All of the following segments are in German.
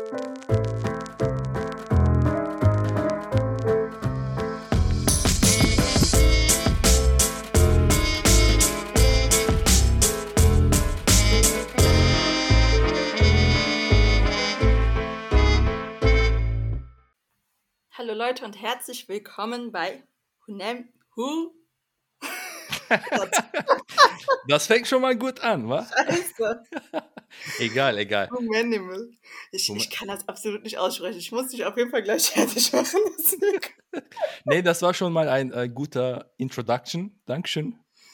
Hallo Leute und herzlich willkommen bei Who? Das fängt schon mal gut an, wa? Scheiße. Egal. Humanimal. Ich kann das absolut nicht aussprechen. Ich muss dich auf jeden Fall gleich fertig machen. Nee, das war schon mal ein guter Introduction. Dankeschön.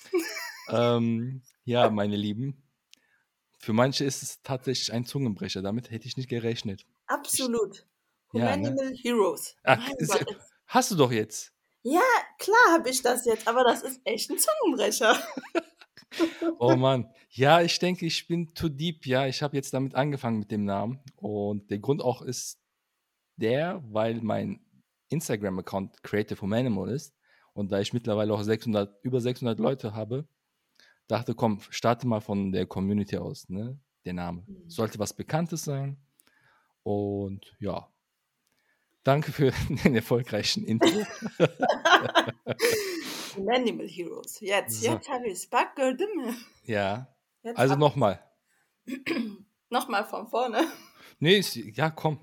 Ja, meine Lieben. Für manche ist es tatsächlich ein Zungenbrecher. Damit hätte ich nicht gerechnet. Absolut. Ja, ne? Humanimal Heroes. Ach, Mein Gott. hast du doch jetzt. Ja, klar habe ich das jetzt, aber das ist echt ein Zungenbrecher. Oh Mann. Ja, ich denke, ich bin too deep. Ja, ich habe jetzt damit angefangen mit dem Namen. Und der Grund auch ist weil mein Instagram-Account Creative Humanimal ist. Und da ich mittlerweile auch über 600 Leute habe, dachte, komm, starte mal von der Community aus, ne? Der Name. Sollte was Bekanntes sein. Und ja, danke für den erfolgreichen Intro. Humanimal Heroes. Jetzt So, habe ich es backen. ja, Jetzt also nochmal. Nochmal von vorne. Nee, ja, komm.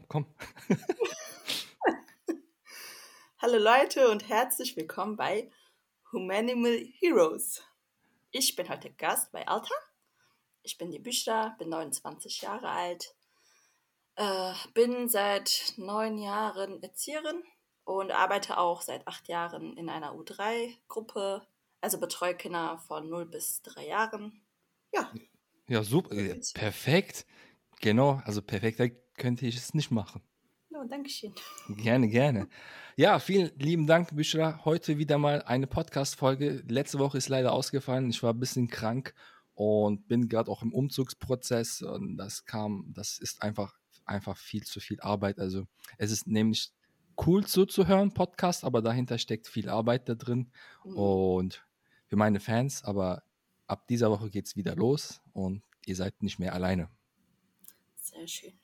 Hallo Leute und herzlich willkommen bei Humanimal Heroes. Ich bin heute Gast bei Alta. Ich bin die Büchra, bin 29 Jahre alt, bin seit 9 Jahren Erzieherin und arbeite auch seit 8 Jahren in einer U3-Gruppe, also betreue Kinder von 0 bis 3 Jahren. Ja. Ja, super, perfekt. Genau, also perfekter könnte ich es nicht machen. Ja, danke schön. Gerne. Ja, vielen lieben Dank, Büchra. Heute wieder mal eine Podcast-Folge. Letzte Woche ist leider ausgefallen. Ich war ein bisschen krank und bin gerade auch im Umzugsprozess. Und das ist einfach viel zu viel Arbeit. Also es ist nämlich cool zuzuhören, Podcast, aber dahinter steckt viel Arbeit da drin. Und für meine Fans, aber ab dieser Woche geht es wieder los und ihr seid nicht mehr alleine. Sehr schön.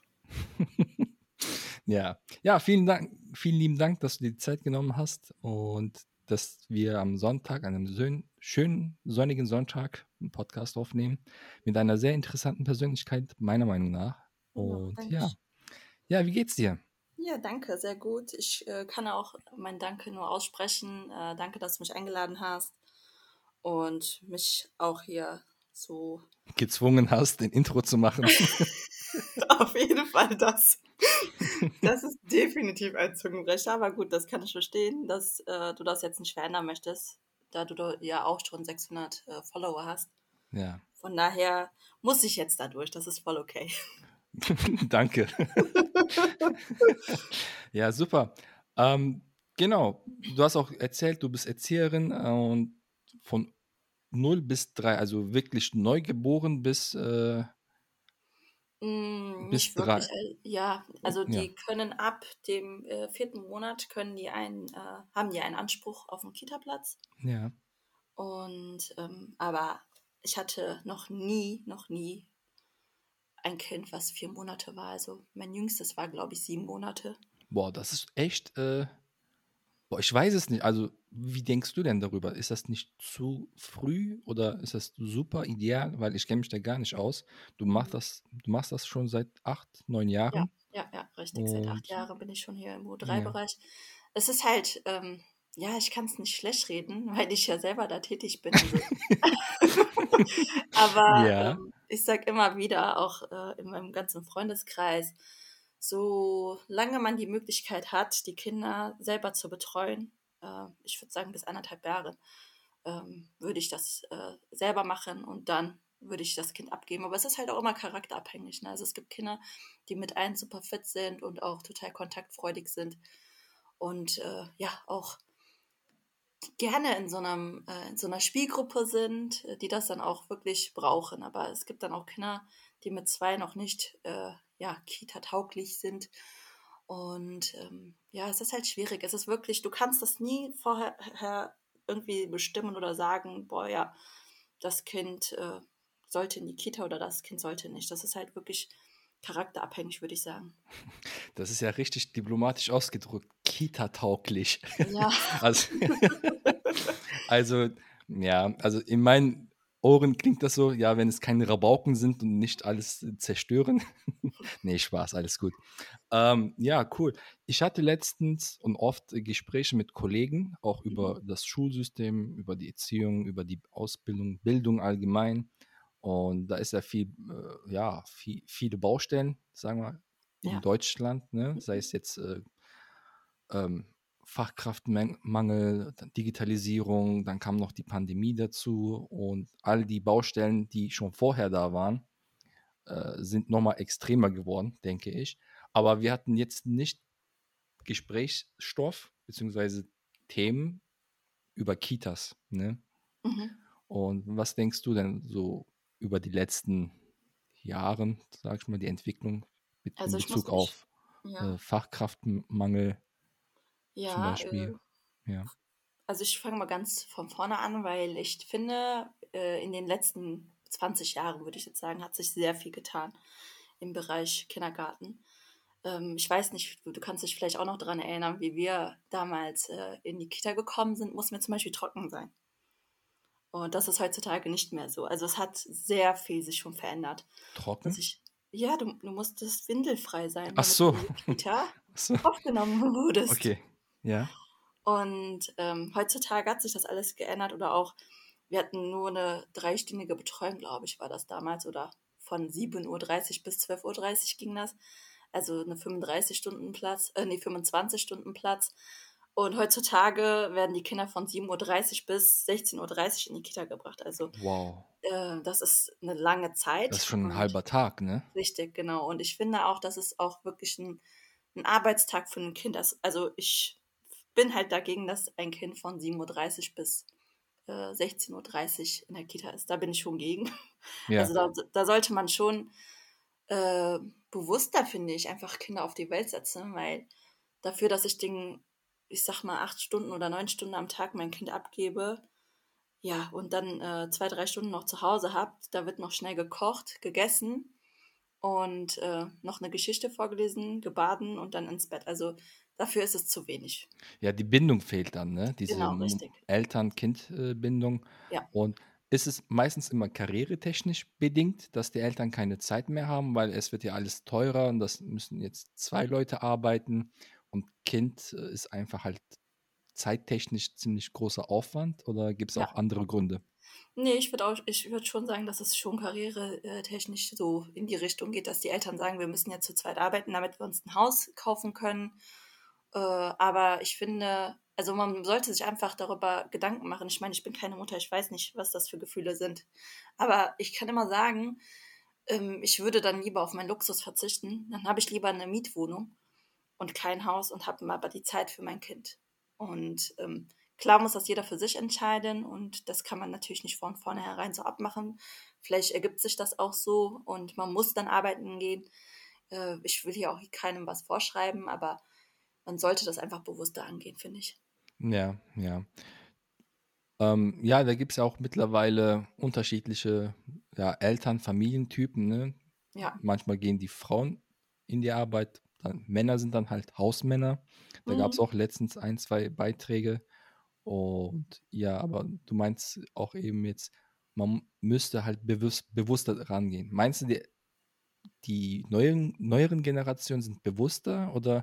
Ja, vielen lieben Dank, dass du dir die Zeit genommen hast und dass wir am Sonntag, an einem schönen sonnigen Sonntag, einen Podcast aufnehmen mit einer sehr interessanten Persönlichkeit, meiner Meinung nach. Und ja, wie geht's dir? Ja, danke, sehr gut. Ich kann auch mein Danke nur aussprechen. Danke, dass du mich eingeladen hast und mich auch hier so Gezwungen hast, den Intro zu machen. auf jeden Fall das. Das ist definitiv ein Zungenbrecher, aber gut, das kann ich verstehen, dass du das jetzt nicht verändern möchtest, da du ja auch schon 600 Follower hast. Ja. Von daher muss ich jetzt da durch, das ist voll okay. Danke. Ja, super. Genau, du hast auch erzählt, du bist Erzieherin und von 0 bis 3, also wirklich neugeboren bis Nicht 3. wirklich, ja, also Ja. die können ab dem 4. Monat haben die einen Anspruch auf einen Kita-Platz. Ja. Und aber ich hatte noch nie ein Kind, was 4 Monate war. Also mein jüngstes war, glaube ich, 7 Monate. Boah, das ist echt, ich weiß es nicht. Also, wie denkst du denn darüber? Ist das nicht zu früh oder ist das super ideal? Weil ich kenne mich da gar nicht aus. Du machst das schon seit 8, 9 Jahren. Ja, richtig. Seit 8 Und Jahren bin ich schon hier im U3-Bereich. Es ist halt, ich kann es nicht schlecht reden, weil ich ja selber da tätig bin. Also. Aber ich sage immer wieder, auch in meinem ganzen Freundeskreis, solange man die Möglichkeit hat, die Kinder selber zu betreuen, ich würde sagen bis 1,5 Jahre, würde ich das selber machen und dann würde ich das Kind abgeben. Aber es ist halt auch immer charakterabhängig. Ne? Also es gibt Kinder, die mit einem super fit sind und auch total kontaktfreudig sind und auch gerne in so einer Spielgruppe sind, die das dann auch wirklich brauchen. Aber es gibt dann auch Kinder, die mit 2 noch nicht Kita-tauglich sind. Und es ist halt schwierig. Es ist wirklich, du kannst das nie vorher irgendwie bestimmen oder sagen, boah, ja, das Kind sollte in die Kita oder das Kind sollte nicht. Das ist halt wirklich charakterabhängig, würde ich sagen. Das ist ja richtig diplomatisch ausgedrückt, Kita-tauglich. Ja, Also, also, ja, also in meinen Ohren klingt das so, ja, wenn es keine Rabauken sind und nicht alles zerstören. Nee, Spaß, alles gut. Ja, cool. Ich hatte letztens und oft Gespräche mit Kollegen, auch mhm. über das Schulsystem, über die Erziehung, über die Ausbildung, Bildung allgemein. Und da ist ja viele Baustellen, sagen wir, in Ja. Deutschland, ne? Sei Mhm. es jetzt ähm, Fachkraftmangel, dann Digitalisierung, dann kam noch die Pandemie dazu und all die Baustellen, die schon vorher da waren, sind nochmal extremer geworden, denke ich. Aber wir hatten jetzt nicht Gesprächsstoff beziehungsweise Themen über Kitas. Ne? Mhm. Und was denkst du denn so über die letzten Jahren, sag ich mal, die Entwicklung in Also ich muss Bezug mich, auf ja, Fachkraftmangel zum ja, Beispiel? Ja. also ich fange mal ganz von vorne an, weil ich finde, in den letzten 20 Jahren, würde ich jetzt sagen, hat sich sehr viel getan im Bereich Kindergarten. Ich weiß nicht, du kannst dich vielleicht auch noch daran erinnern, wie wir damals in die Kita gekommen sind, mussten wir zum Beispiel trocken sein. Und das ist heutzutage nicht mehr so. Also es hat sehr viel sich schon verändert. Dass Trocken? ich, ja, du musstest windelfrei sein, Ach damit du so. in die Kita Ach so. aufgenommen wurdest. Okay. Ja. Und heutzutage hat sich das alles geändert oder auch, wir hatten nur eine dreistündige Betreuung, glaube ich, war das damals oder von 7:30 Uhr bis 12:30 Uhr ging das. Also eine 35-Stunden-Platz, nee, 25-Stunden-Platz. Und heutzutage werden die Kinder von 7:30 Uhr bis 16:30 Uhr in die Kita gebracht. Also Wow. das ist eine lange Das ist Zeit schon ein und halber Tag, ne? richtig, genau. Und ich finde auch, dass es auch wirklich ein Arbeitstag für ein Kind ist. Also ich bin halt dagegen, dass ein Kind von 7:30 Uhr bis 16:30 Uhr in der Kita ist. Da bin ich schon gegen. Ja. Also da sollte man schon äh, bewusster, finde ich, einfach Kinder auf die Welt setzen, weil dafür, dass ich ich sag mal, 8 Stunden oder 9 Stunden am Tag mein Kind abgebe, ja, und dann 2, 3 Stunden noch zu Hause habt, da wird noch schnell gekocht, gegessen und noch eine Geschichte vorgelesen, gebaden und dann ins Bett. Also dafür ist es zu wenig. Ja, die Bindung fehlt dann, ne? Diese Genau, richtig. Eltern-Kind-Bindung. Ja. Und ist es meistens immer karrieretechnisch bedingt, dass die Eltern keine Zeit mehr haben, weil es wird ja alles teurer und das müssen jetzt 2 Leute arbeiten und Kind, ist einfach halt zeittechnisch ziemlich großer Aufwand oder gibt es auch Ja. andere Gründe? Nee, ich würde schon sagen, dass es schon karrieretechnisch so in die Richtung geht, dass die Eltern sagen, wir müssen jetzt zu zweit arbeiten, damit wir uns ein Haus kaufen können. Aber ich finde, also man sollte sich einfach darüber Gedanken machen. Ich meine, ich bin keine Mutter, ich weiß nicht, was das für Gefühle sind. Aber ich kann immer sagen, ich würde dann lieber auf meinen Luxus verzichten. Dann habe ich lieber eine Mietwohnung und kein Haus und habe aber die Zeit für mein Kind. Und klar muss das jeder für sich entscheiden und das kann man natürlich nicht von vornherein so abmachen. Vielleicht ergibt sich das auch so und man muss dann arbeiten gehen. Ich will hier auch keinem was vorschreiben, aber man sollte das einfach bewusster angehen, finde ich. Ja, ja. Ja, da gibt es ja auch mittlerweile unterschiedliche, ja, Eltern, Familientypen, ne? Ja. Manchmal gehen die Frauen in die Arbeit, dann Männer sind dann halt Hausmänner. Da gab es Mhm. auch letztens ein, 2 Beiträge. Und ja, aber du meinst auch eben jetzt, man müsste halt bewusster rangehen. Meinst du, die neueren Generationen sind bewusster oder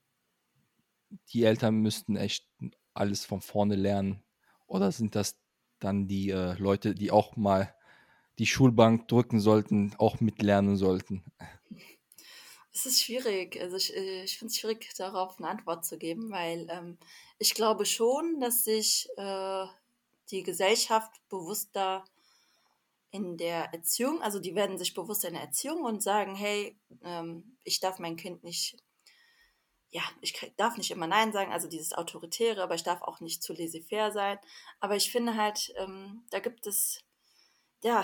die Eltern müssten echt alles von vorne lernen? Oder sind das dann die Leute, die auch mal die Schulbank drücken sollten, auch mitlernen sollten? Es ist schwierig. Also ich finde es schwierig, darauf eine Antwort zu geben, weil ich glaube schon, dass sich die Gesellschaft bewusster in der Erziehung, also die werden sich bewusster in der Erziehung und sagen, hey, ich darf mein Kind nicht, ja, darf nicht immer Nein sagen, also dieses Autoritäre, aber ich darf auch nicht zu laissez-faire sein. Aber ich finde halt, da gibt es, ja,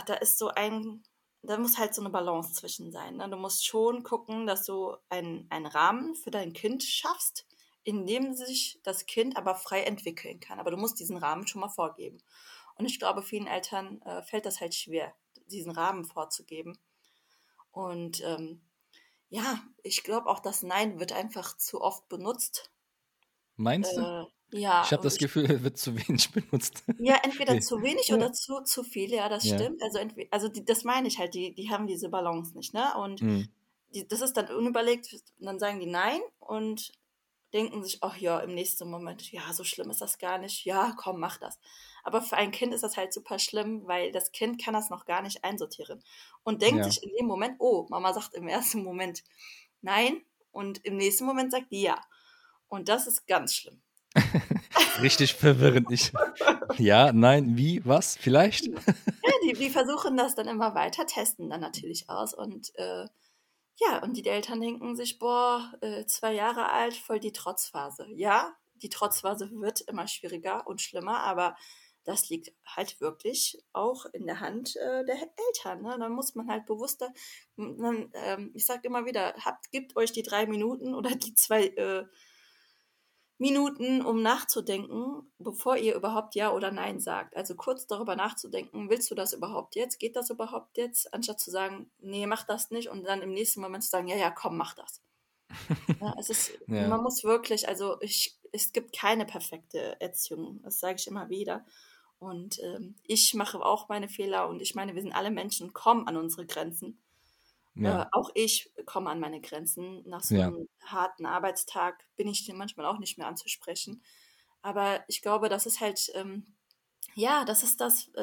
da muss halt so eine Balance zwischen sein. Ne? Du musst schon gucken, dass du einen Rahmen für dein Kind schaffst, in dem sich das Kind aber frei entwickeln kann. Aber du musst diesen Rahmen schon mal vorgeben. Und ich glaube, vielen Eltern fällt das halt schwer, diesen Rahmen vorzugeben. Und Ja, ich glaube auch, das Nein wird einfach zu oft benutzt. Meinst du? Ich Ja, habe und das Gefühl, er wird zu wenig benutzt. ja, entweder Ne. zu wenig Ja, oder zu viel, ja, das ja, stimmt. Also das meine ich halt, die haben diese Balance nicht, ne? Und mhm, das ist dann unüberlegt, und dann sagen die „Nein" und denken sich: „Ach ja", im nächsten Moment: „Ja, so schlimm ist das gar nicht. Ja, komm, mach das." Aber für ein Kind ist das halt super schlimm, weil das Kind kann das noch gar nicht einsortieren und denkt ja. sich in dem Moment: „Oh, Mama sagt im ersten Moment nein" und im nächsten Moment sagt die ja. Und das ist ganz schlimm. Richtig verwirrend. Ja, nein, wie, was, vielleicht? Ja. Ja, die versuchen das dann immer weiter, testen dann natürlich aus und, ja, und die Eltern denken sich: „Boah, 2 Jahre alt, voll die Trotzphase." Ja, die Trotzphase wird immer schwieriger und schlimmer, aber das liegt halt wirklich auch in der Hand, der Eltern, ne? Da muss man halt bewusster ich sage immer wieder: „Gebt euch die 3 Minuten oder die 2 Minuten, um nachzudenken, bevor ihr überhaupt ja oder nein sagt." Also, kurz darüber nachzudenken: „Willst du das überhaupt jetzt? Geht das überhaupt jetzt?" Anstatt zu sagen: „Nee, mach das nicht" und dann im nächsten Moment zu sagen: „Ja, ja, komm, mach das." Ja, Ja, man muss wirklich, also, es gibt keine perfekte Erziehung, das sage ich immer wieder. Und, ich mache auch meine Fehler und ich meine, wir sind alle Menschen, kommen an unsere Grenzen. ja, Auch ich komme an meine Grenzen. Nach so ja, 'nem harten Arbeitstag bin ich manchmal auch nicht mehr anzusprechen. Aber ich glaube, das ist halt, ja, das ist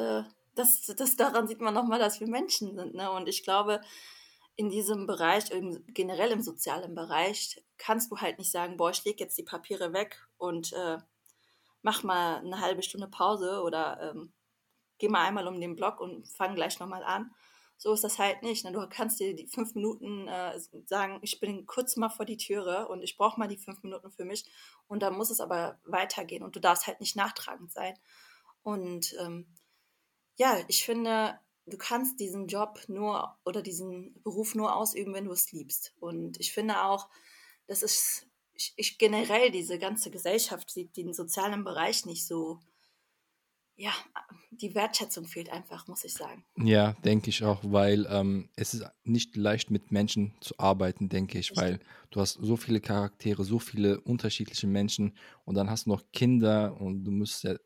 das daran sieht man noch mal, dass wir Menschen sind, ne? Und ich glaube, in diesem Bereich, generell im sozialen Bereich, kannst du halt nicht sagen: „Boah, ich lege jetzt die Papiere weg und, mache mal 'ne halbe Stunde Pause oder, gehe mal einmal um den Block und fange gleich noch mal an." So ist das halt nicht, ne? Du kannst dir die 5 Minuten, sagen: „Ich bin kurz mal vor die Türe und ich brauche mal die 5 Minuten für mich." Und dann muss es aber weitergehen und du darfst halt nicht nachtragend sein. Und, ja, ich finde, du kannst diesen Job nur oder diesen Beruf nur ausüben, wenn du es liebst. Und ich finde auch, das ist generell diese ganze Gesellschaft sieht den sozialen Bereich nicht so, ja, die Wertschätzung fehlt einfach, muss ich sagen. ja, denke ich Ja, auch, weil, es ist nicht leicht, mit Menschen zu arbeiten, denke ich, weil richtig. du hast so viele Charaktere, so viele unterschiedliche Menschen und dann hast du noch Kinder und du musst ja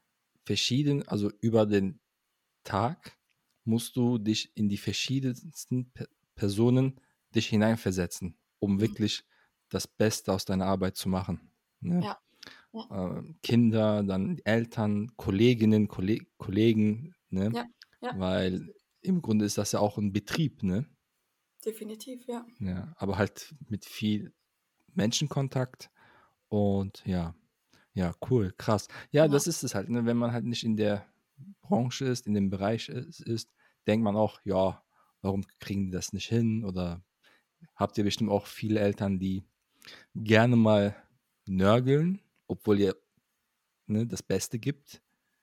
also über den Tag musst du dich in die verschiedensten Personen dich hineinversetzen, um Mhm. wirklich das Beste aus deiner Arbeit zu machen, ne? Ja, ja, Kinder, dann Eltern, Kolleginnen, Kollegen, ne? ja, ja, Weil im Grunde ist das ja auch ein Betrieb, ne? definitiv, ja. Ja, aber halt mit viel Menschenkontakt und ja. Ja, cool, krass. Ja, Ja, das ist es halt, ne? Wenn man halt nicht in der Branche ist, in dem Bereich denkt man auch: „Ja, warum kriegen die das nicht hin?“ Oder habt ihr bestimmt auch viele Eltern, die gerne mal nörgeln, obwohl ihr, ne, das Beste gibt?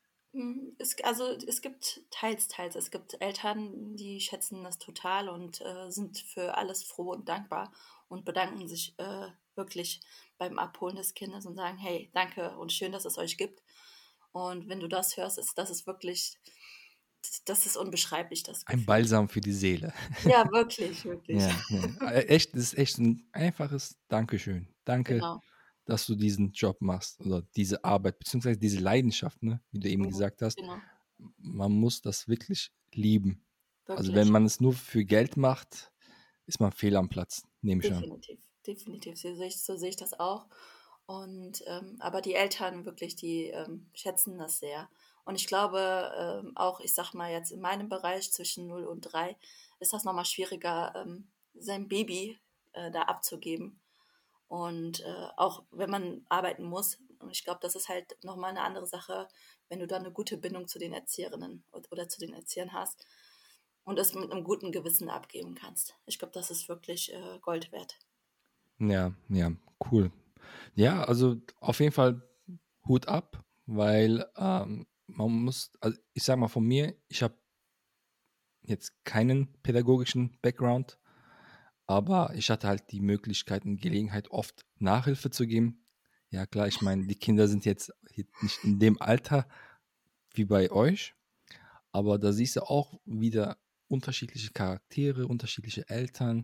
es gibt teils, teils. Es gibt Eltern, die schätzen das total und, sind für alles froh und dankbar und bedanken sich, wirklich beim Abholen des Kindes und sagen: „Hey, danke und schön, dass es euch gibt." Und wenn du das hörst, das ist wirklich, das ist unbeschreiblich, das Ein Gefühl. Balsam für die Seele. Ja, wirklich, wirklich. Ja, ja. Echt, das ist echt ein einfaches Dankeschön. Danke, Genau. dass du diesen Job machst oder diese Arbeit beziehungsweise diese Leidenschaft, ne, wie du eben Mhm. gesagt hast. Genau. Man muss das wirklich lieben. Also, wenn Wirklich. man es nur für Geld macht, ist man fehl am Platz, nehme ich an. Definitiv, definitiv. So sehe ich das auch. Und, aber die Eltern wirklich, die, schätzen das sehr. Und ich glaube, auch, ich sage mal jetzt in meinem Bereich zwischen 0 und 3 ist das noch mal schwieriger, sein Baby, da abzugeben. Und, auch wenn man arbeiten muss. Und ich glaube, das ist halt noch mal 'ne andere Sache, wenn du da eine gute Bindung zu den Erzieherinnen oder zu den Erziehern hast und es mit einem guten Gewissen abgeben kannst. Ich glaube, das ist wirklich, Gold wert. Ja, ja, cool. Ja, also auf jeden Fall Hut ab, weil, man muss also, ich sage mal von mir, ich habe jetzt keinen pädagogischen Background, aber ich hatte halt die Möglichkeit und Gelegenheit, oft Nachhilfe zu geben. Ja klar, ich meine, die Kinder sind jetzt nicht in dem Alter wie bei euch, aber da siehst du auch wieder unterschiedliche Charaktere, unterschiedliche Eltern.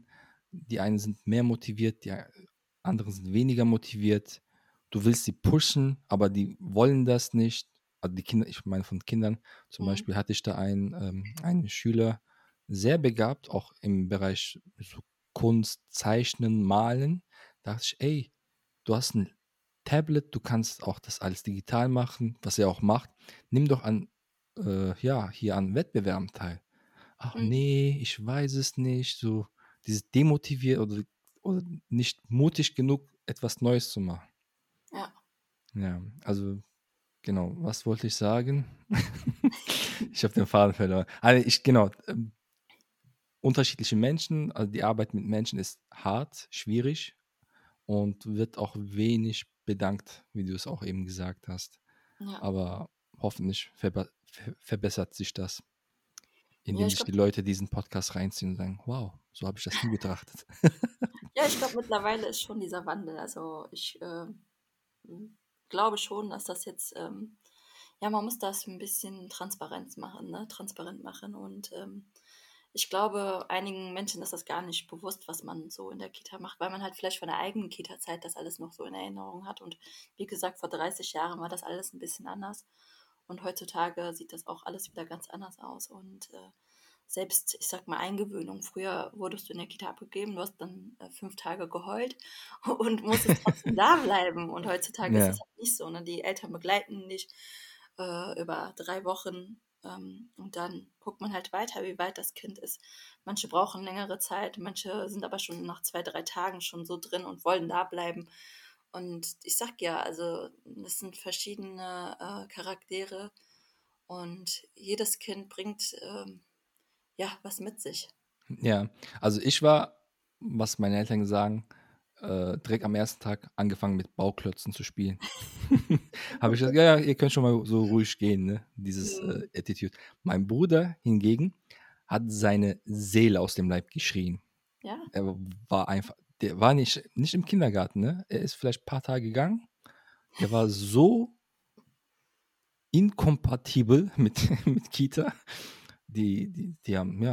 die einen sind mehr motiviert, die anderen sind weniger motiviert. Du willst sie pushen, aber die wollen das nicht. Also die Kinder, ich meine von Kindern, zum Mhm. Beispiel hatte ich da einen Schüler, sehr begabt, auch im Bereich so Kunst, Zeichnen, Malen. Da dachte ich, ey, du hast ein Tablet, du kannst auch das alles digital machen, was er auch macht. Nimm doch ja, hier an Wettbewerben teil. Ach Mhm. nee, ich weiß es nicht. So dieses demotiviert oder nicht mutig genug, etwas Neues zu machen. Ja. Ja, also genau, was wollte ich sagen? Ich habe den Faden verloren. Also genau, unterschiedliche Menschen, also die Arbeit mit Menschen ist hart, schwierig und wird auch wenig bedankt, wie du es auch eben gesagt hast. Ja. Aber hoffentlich verbessert sich das, Ja, indem ich sich die glaube, Leute diesen Podcast reinziehen und sagen, wow, so habe ich das nie betrachtet. ja, ich glaube, mittlerweile ist schon dieser Wandel. Also ich glaube schon, dass das jetzt, ja, man muss das ein bisschen Transparenz machen, ne? Transparent machen. Und ich glaube, einigen Menschen ist das gar nicht bewusst, was man so in der Kita macht, weil man halt vielleicht von der eigenen Kita-Zeit das alles noch so in Erinnerung hat. Und wie gesagt, vor 30 Jahren war das alles ein bisschen anders. Und heutzutage sieht das auch alles wieder ganz anders aus. Und selbst, ich sag mal, Eingewöhnung. Früher wurdest du in der Kita abgegeben, du hast dann 5 Tage geheult und musstest trotzdem da bleiben. Und heutzutage ist das Ja, halt nicht so. Ne? Die Eltern begleiten dich über 3 Wochen und dann guckt man halt weiter, wie weit das Kind ist. Manche brauchen längere Zeit, manche sind aber schon nach 2, 3 Tagen schon so drin und wollen da bleiben. Und ich sag ja, also das sind verschiedene Charaktere und jedes Kind bringt ja was mit sich. ja. Also ich war, was meine Eltern sagen, direkt am ersten Tag angefangen mit Bauklötzen zu spielen. Habe ich gesagt, ja, ja, ihr könnt schon mal so ruhig gehen, ne? Dieses Mhm. Attitude. Mein Bruder hingegen hat seine Seele aus dem Leib geschrien. Ja, Er war einfach, der war nicht im Kindergarten, ne? Er ist vielleicht ein paar Tage gegangen. Der war so inkompatibel mit, mit Kita. Die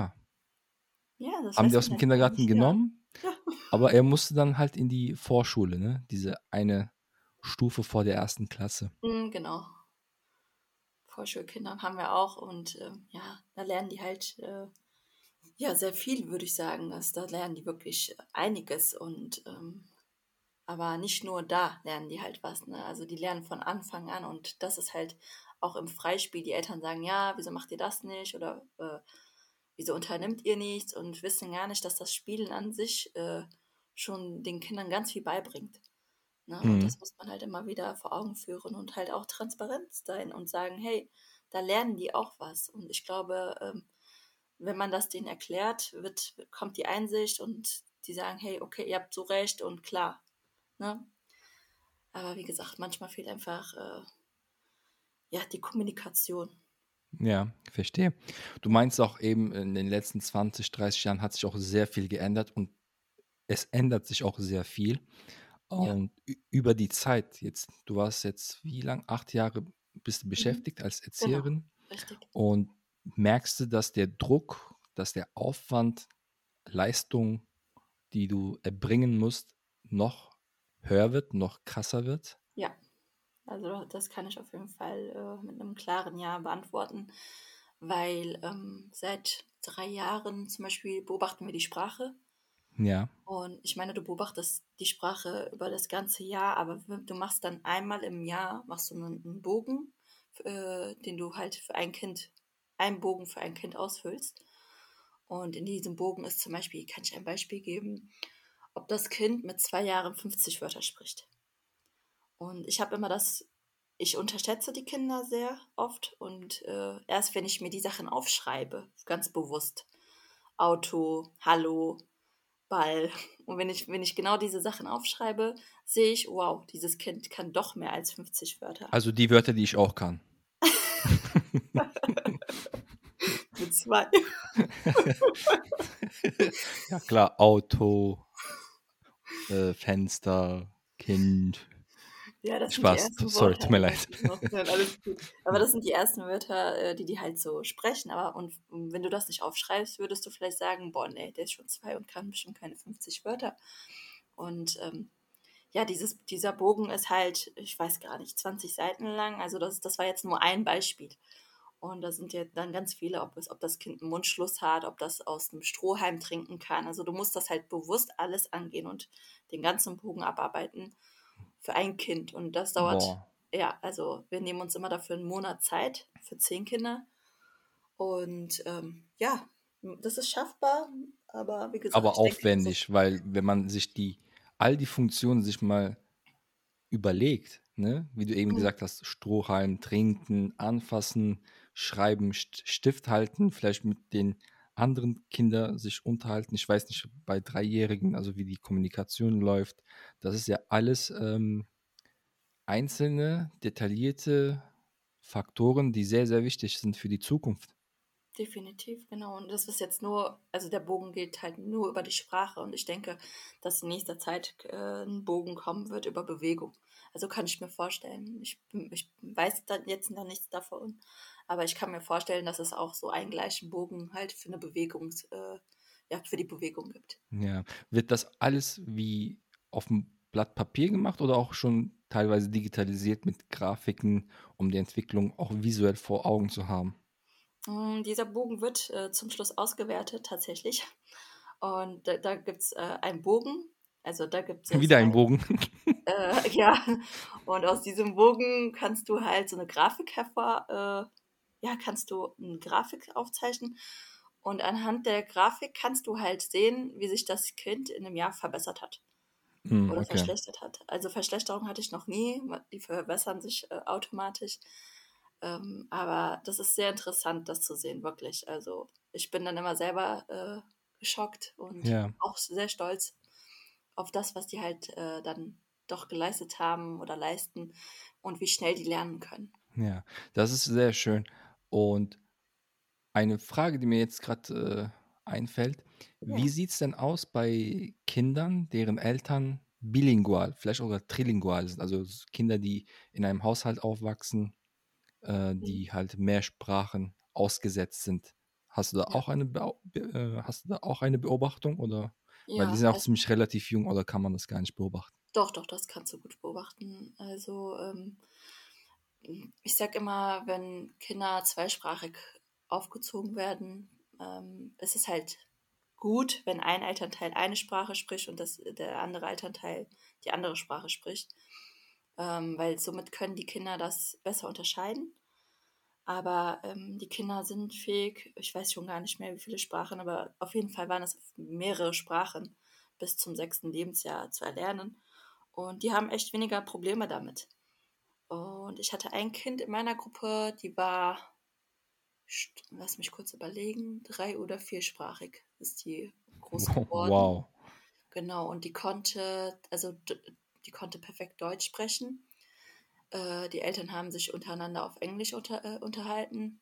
ja, das haben die lässt aus man dem einfach auch Kindergarten nicht hören. genommen, Ja. aber er musste dann halt in die Vorschule, ne? Diese eine Stufe vor der ersten Klasse. Genau. Vorschulkinder haben wir auch und ja, da lernen die halt ja sehr viel, würde ich sagen. Da lernen die wirklich einiges und aber nicht nur da lernen die halt was, ne? Also die lernen von Anfang an und das ist halt auch im Freispiel. Die Eltern sagen, ja, wieso macht ihr das nicht oder wieso unternimmt ihr nichts und wissen gar nicht, dass das Spielen an sich schon den Kindern ganz viel beibringt. Ne? Und Mhm. das muss man halt immer wieder vor Augen führen und halt auch transparent sein und sagen, hey, da lernen die auch was. Und ich glaube, wenn man das denen erklärt, kommt die Einsicht und die sagen, hey, okay, ihr habt so recht und klar. Ne? Aber wie gesagt, manchmal fehlt einfach ja, die Kommunikation. Ja, verstehe. Du meinst auch eben, in den letzten 20, 30 Jahren hat sich auch sehr viel geändert und es ändert sich auch sehr viel. Ja, Und über die Zeit, jetzt, du warst jetzt wie lang? 8 Jahre bist du mhm. beschäftigt als Genau, Erzieherin richtig. und merkst du, dass der Druck, dass der Aufwand, Leistung, die du erbringen musst, noch höher wird, noch krasser wird? Ja, also das kann ich auf jeden Fall mit einem klaren Ja beantworten, weil seit 3 Jahren zum Beispiel beobachten wir die Sprache. Ja, Und ich meine, du beobachtest die Sprache über das ganze Jahr, aber du machst dann einmal im Jahr, machst du einen Bogen, den du halt für ein Kind, einen Bogen für ein Kind ausfüllst. Und in diesem Bogen ist zum Beispiel, kann ich ein Beispiel geben, ob das Kind mit 2 Jahren 50 Wörter spricht. Und ich habe immer ich unterschätze die Kinder sehr oft und erst wenn ich mir die Sachen aufschreibe, ganz bewusst, Auto, Hallo, Ball. Und wenn ich genau diese Sachen aufschreibe, sehe ich, wow, dieses Kind kann doch mehr als 50 Wörter. also die Wörter, die ich auch kann. Mit 2. Ja klar, Auto, Fenster, Kind. Ja, das sind die Spaß, ersten sorry, Worte tut mir leid. Nein, alles gut. Aber das sind die ersten Wörter, die halt so sprechen. Aber und wenn du das nicht aufschreibst, würdest du vielleicht sagen, boah, nee, der ist schon 2 und kann bestimmt keine 50 Wörter. Und ja, dieser Bogen ist halt, ich weiß gar nicht, 20 Seiten lang. Also das war jetzt nur ein Beispiel. Und da sind ja dann ganz viele, ob das Kind einen Mundschluss hat, ob das aus einem Strohhalm trinken kann. Also du musst das halt bewusst alles angehen und den ganzen Bogen abarbeiten für ein Kind. Und das dauert, Boah. ja, also wir nehmen uns immer dafür einen Monat Zeit für 10 Kinder. Und ja, das ist schaffbar, aber wie gesagt, Aber ich denke, das ist aufwendig, weil wenn man sich all die Funktionen sich mal überlegt, ne? Wie du eben mm, gesagt hast, Strohhalm, trinken, anfassen, schreiben, Stift halten, vielleicht mit den anderen Kindern sich unterhalten. Ich weiß nicht, bei Dreijährigen, also wie die Kommunikation läuft. Das ist ja alles einzelne, detaillierte Faktoren, die sehr, sehr wichtig sind für die Zukunft. definitiv, genau. Und das ist jetzt nur, also der Bogen geht halt nur über die Sprache. Und ich denke, dass in nächster Zeit ein Bogen kommen wird über Bewegung. Also kann ich mir vorstellen. Ich weiß dann jetzt noch nichts davon, aber ich kann mir vorstellen, dass es auch so einen gleichen Bogen halt für eine ja, für die Bewegung gibt. Ja. Wird das alles wie auf dem Blatt Papier gemacht oder auch schon teilweise digitalisiert mit Grafiken, um die Entwicklung auch visuell vor Augen zu haben? Dieser Bogen wird zum Schluss ausgewertet, tatsächlich. Und da gibt es einen Bogen. Also da gibt es Wieder ein Bogen. ja, und aus diesem Bogen kannst du halt so eine Grafik ja, kannst du eine Grafik aufzeichnen. Und anhand der Grafik kannst du halt sehen, wie sich das Kind in einem Jahr verbessert hat oder Okay. verschlechtert hat. Also Verschlechterung hatte ich noch nie, die verbessern sich automatisch. Aber das ist sehr interessant, das zu sehen, wirklich. Also ich bin dann immer selber geschockt und Ja, auch sehr stolz auf das, was die halt dann doch geleistet haben oder leisten und wie schnell die lernen können. ja. Das ist sehr schön. Und eine Frage, die mir jetzt gerade einfällt: Wie Ja. sieht es denn aus bei Kindern, deren Eltern bilingual, vielleicht sogar trilingual sind? Also Kinder, die in einem Haushalt aufwachsen, Mhm. die halt mehr Sprachen ausgesetzt sind. Ja. Hast du da auch eine Beobachtung oder weil die Ja, sind auch also ziemlich relativ jung oder kann man das gar nicht beobachten? doch, doch, das kannst du gut beobachten. Also ich sag immer, wenn Kinder zweisprachig aufgezogen werden, ist es halt gut, wenn ein Elternteil eine Sprache spricht und der andere Elternteil die andere Sprache spricht, weil somit können die Kinder das besser unterscheiden. Aber die Kinder sind fähig, ich weiß schon gar nicht mehr, wie viele Sprachen, aber auf jeden Fall waren es mehrere Sprachen bis zum 6. Lebensjahr zu erlernen. Und die haben echt weniger Probleme damit. Und ich hatte ein Kind in meiner Gruppe, die war, lass mich kurz überlegen, 3- oder 4-sprachig ist die groß geworden. Wow. Genau, und die konnte perfekt Deutsch sprechen. Die Eltern haben sich untereinander auf Englisch unterhalten.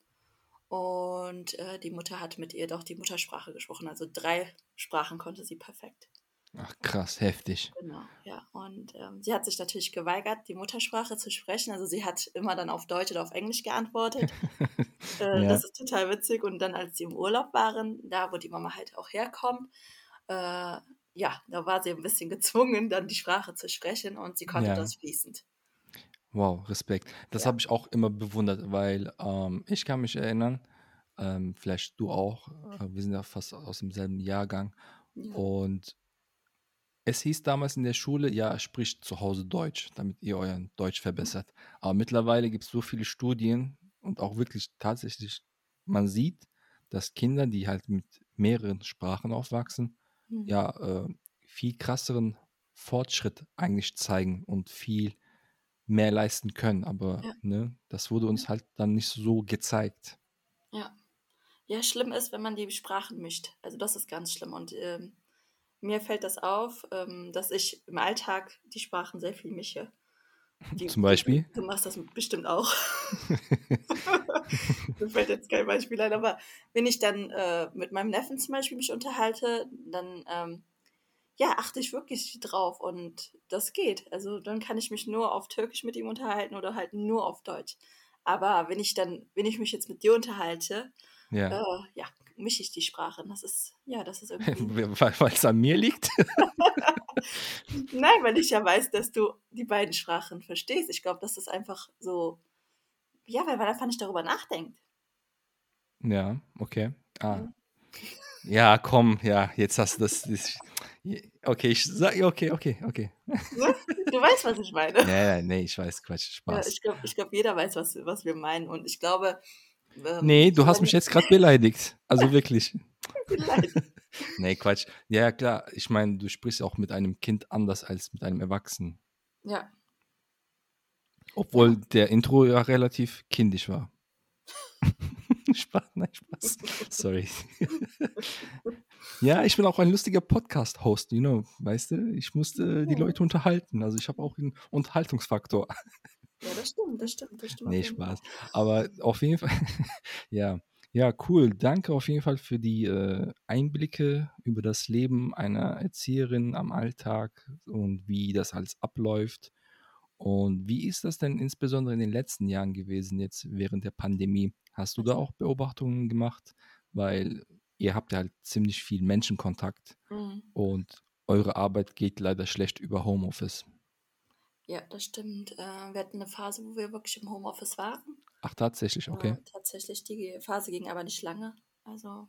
Und die Mutter hat mit ihr doch die Muttersprache gesprochen. Also 3 Sprachen konnte sie perfekt. Ach krass, heftig. Genau, ja. Und sie hat sich natürlich geweigert, die Muttersprache zu sprechen. Also sie hat immer dann auf Deutsch oder auf Englisch geantwortet. Ja, Das ist total witzig. Und dann, als sie im Urlaub waren, da wo die Mama halt auch herkommt, äh, ja, da war sie ein bisschen gezwungen, dann die Sprache zu sprechen und sie konnte ja. das fließend. Wow, Respekt. Das Ja, habe ich auch immer bewundert, weil ich kann mich erinnern, vielleicht du auch, wir sind ja fast aus demselben Jahrgang. ja. Und es hieß damals in der Schule, ja, spricht zu Hause Deutsch, damit ihr euren Deutsch verbessert. Aber mittlerweile gibt es so viele Studien und auch wirklich tatsächlich, man sieht, dass Kinder, die halt mit mehreren Sprachen aufwachsen, Mhm. ja, viel krasseren Fortschritt eigentlich zeigen und viel mehr leisten können. Aber Ja, ne, das wurde uns halt dann nicht so gezeigt. ja. Ja, schlimm ist, wenn man die Sprachen mischt. Also das ist ganz schlimm. Und mir fällt das auf, dass ich im Alltag die Sprachen sehr viel mische. Zum Beispiel. Du machst das bestimmt auch. Mir fällt jetzt kein Beispiel ein, aber wenn ich dann mit meinem Neffen zum Beispiel mich unterhalte, dann ja, achte ich wirklich drauf und das geht. Also dann kann ich mich nur auf Türkisch mit ihm unterhalten oder halt nur auf Deutsch. Aber wenn ich mich jetzt mit dir unterhalte, Ja, äh, ja, mische ich die Sprachen. Das ist irgendwie. weil es an mir liegt. Nein, weil ich ja weiß, dass du die beiden Sprachen verstehst. Ich glaube, das ist einfach so, ja, weil man einfach nicht darüber nachdenkt. Ja, okay. Ah, Ne? ja, komm, ja, jetzt hast du okay, okay. Ne? Du weißt, was ich meine. Ja, ja, nee, ich weiß, Quatsch, Ja, Spaß. ich glaube, jeder weiß, was wir meinen. Und ich glaube, Nee, du hast wenn mich jetzt gerade beleidigt. Also wirklich. vielleicht. Nee, Quatsch. Ja, klar, ich meine, du sprichst auch mit einem Kind anders als mit einem Erwachsenen. Ja, Obwohl ja. der Intro ja relativ kindisch war. Spaß, nein, Spaß. Sorry. Ja, ich bin auch ein lustiger Podcast-Host, weißt du? Ich musste die Ja, Leute unterhalten. Also ich habe auch einen Unterhaltungsfaktor. ja, das stimmt auf Nee, jeden Fall. Spaß. Aber auf jeden Fall, ja, ja, cool. Danke auf jeden Fall für die Einblicke über das Leben einer Erzieherin am Alltag und wie das alles abläuft. Und wie ist das denn insbesondere in den letzten Jahren gewesen, jetzt während der Pandemie? Hast du da Also, auch Beobachtungen gemacht? Weil ihr habt ja halt ziemlich viel Menschenkontakt mhm. und eure Arbeit geht leider schlecht über Homeoffice. Ja, das stimmt. Wir hatten eine Phase, wo wir wirklich im Homeoffice waren. Ach, tatsächlich, okay. Tatsächlich, die Phase ging aber nicht lange. Also,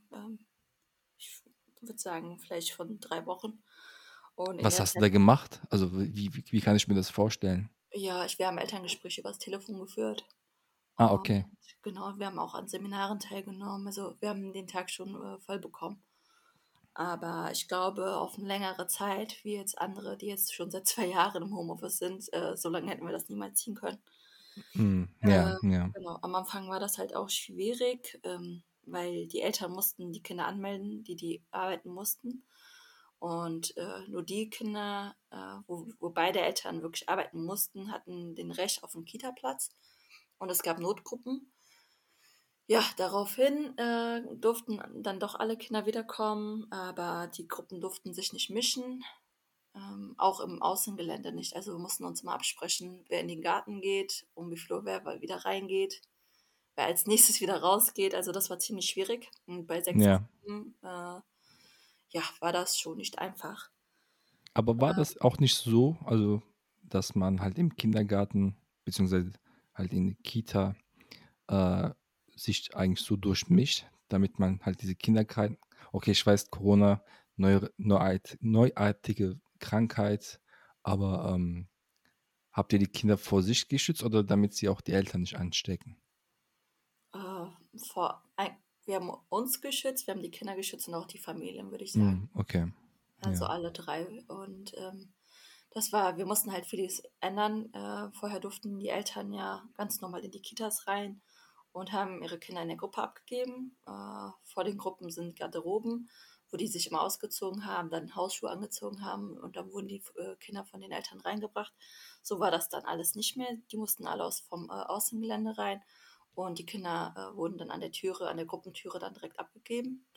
ich würde sagen, vielleicht von 3 Wochen. Und in Was der hast du Zeit, da gemacht? Also wie kann ich mir das vorstellen? ja, wir haben Elterngespräche übers Telefon geführt. Ah, okay. Und genau, wir haben auch an Seminaren teilgenommen. Also, wir haben den Tag schon voll bekommen. Aber ich glaube, auf eine längere Zeit, wie jetzt andere, die jetzt schon seit 2 Jahren im Homeoffice sind, so lange hätten wir das niemals ziehen können. Ja, Äh, ja. genau, am Anfang war das halt auch schwierig, weil die Eltern mussten die Kinder anmelden, die arbeiten mussten. Und nur die Kinder, wo beide Eltern wirklich arbeiten mussten, hatten den Recht auf einen Kita-Platz. Und es gab Notgruppen. Ja, daraufhin durften dann doch alle Kinder wiederkommen, aber die Gruppen durften sich nicht mischen, auch im Außengelände nicht. Also wir mussten uns immer absprechen, wer in den Garten geht, um wie viel Uhr wer wieder reingeht, wer als nächstes wieder rausgeht. Also das war ziemlich schwierig. Und bei 6 Ja. Gruppen, ja, war das schon nicht einfach. Aber war das auch nicht so, also dass man halt im Kindergarten beziehungsweise halt in der Kita äh, sich eigentlich so durchmischt, damit man halt diese Kinderkrankheit, okay, ich weiß, Corona, neuartige Krankheit, aber habt ihr die Kinder vor sich geschützt oder damit sie auch die Eltern nicht anstecken? Äh, vor, ein, Wir haben uns geschützt, wir haben die Kinder geschützt und auch die Familien, würde ich sagen. Okay, Also ja. alle drei. Und wir mussten halt vieles ändern. Vorher durften die Eltern ja ganz normal in die Kitas rein und haben ihre Kinder in der Gruppe abgegeben. Vor den Gruppen sind Garderoben, wo die sich immer ausgezogen haben, dann Hausschuhe angezogen haben und dann wurden die Kinder von den Eltern reingebracht. So war das dann alles nicht mehr. Die mussten alle vom Außengelände rein und die Kinder wurden dann an der Gruppentüre dann direkt abgegeben.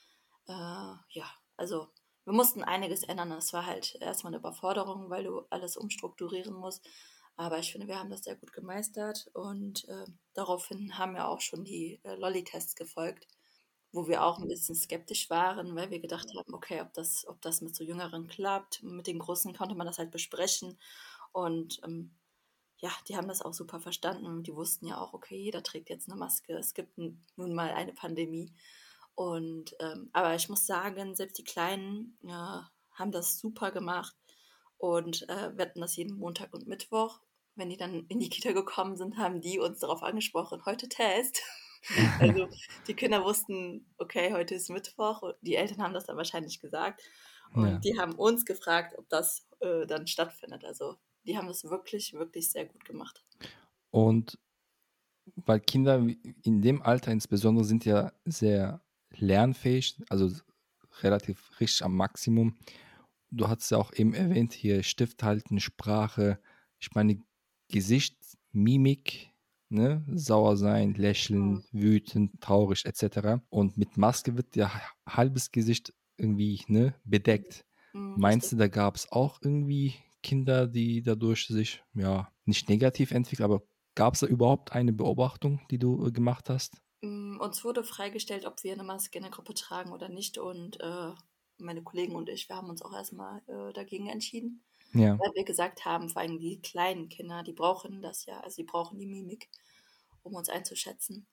Ja, also wir mussten einiges ändern. Das war halt erstmal eine Überforderung, weil du alles umstrukturieren musst. Aber ich finde, wir haben das sehr gut gemeistert und daraufhin haben ja auch schon die Lolli-Tests gefolgt, wo wir auch ein bisschen skeptisch waren, weil wir gedacht haben, okay, ob das mit so Jüngeren klappt. Mit den Großen konnte man das halt besprechen. Und ja, die haben das auch super verstanden und die wussten ja auch, okay, jeder trägt jetzt eine Maske. Es gibt nun mal eine Pandemie. Und aber ich muss sagen, selbst die Kleinen haben das super gemacht. Und wir hatten das jeden Montag und Mittwoch. Wenn die dann in die Kita gekommen sind, haben die uns darauf angesprochen, heute Test. Also die Kinder wussten, okay, heute ist Mittwoch. Und die Eltern haben das dann wahrscheinlich gesagt. Und Ja. die haben uns gefragt, ob das dann stattfindet. Also die haben das wirklich, wirklich sehr gut gemacht. Und weil Kinder in dem Alter insbesondere sind ja sehr lernfähig, also relativ richtig am Maximum. Du hast ja auch eben erwähnt, hier Stift halten, Sprache, ich meine Gesicht, Mimik, ne? Sauer sein, Mhm. lächeln, wütend, traurig etc. Und mit Maske wird ja halbes Gesicht irgendwie, ne, bedeckt. Meinst Richtig. du, da gab es auch irgendwie Kinder, die dadurch sich, ja, nicht negativ entwickeln, aber gab es da überhaupt eine Beobachtung, die du gemacht hast? Uns wurde freigestellt, ob wir eine Maske in der Gruppe tragen oder nicht und, meine Kollegen und ich, wir haben uns auch erstmal dagegen entschieden, Ja. weil wir gesagt haben, vor allem die kleinen Kinder, die brauchen das ja, also die brauchen die Mimik, um uns einzuschätzen.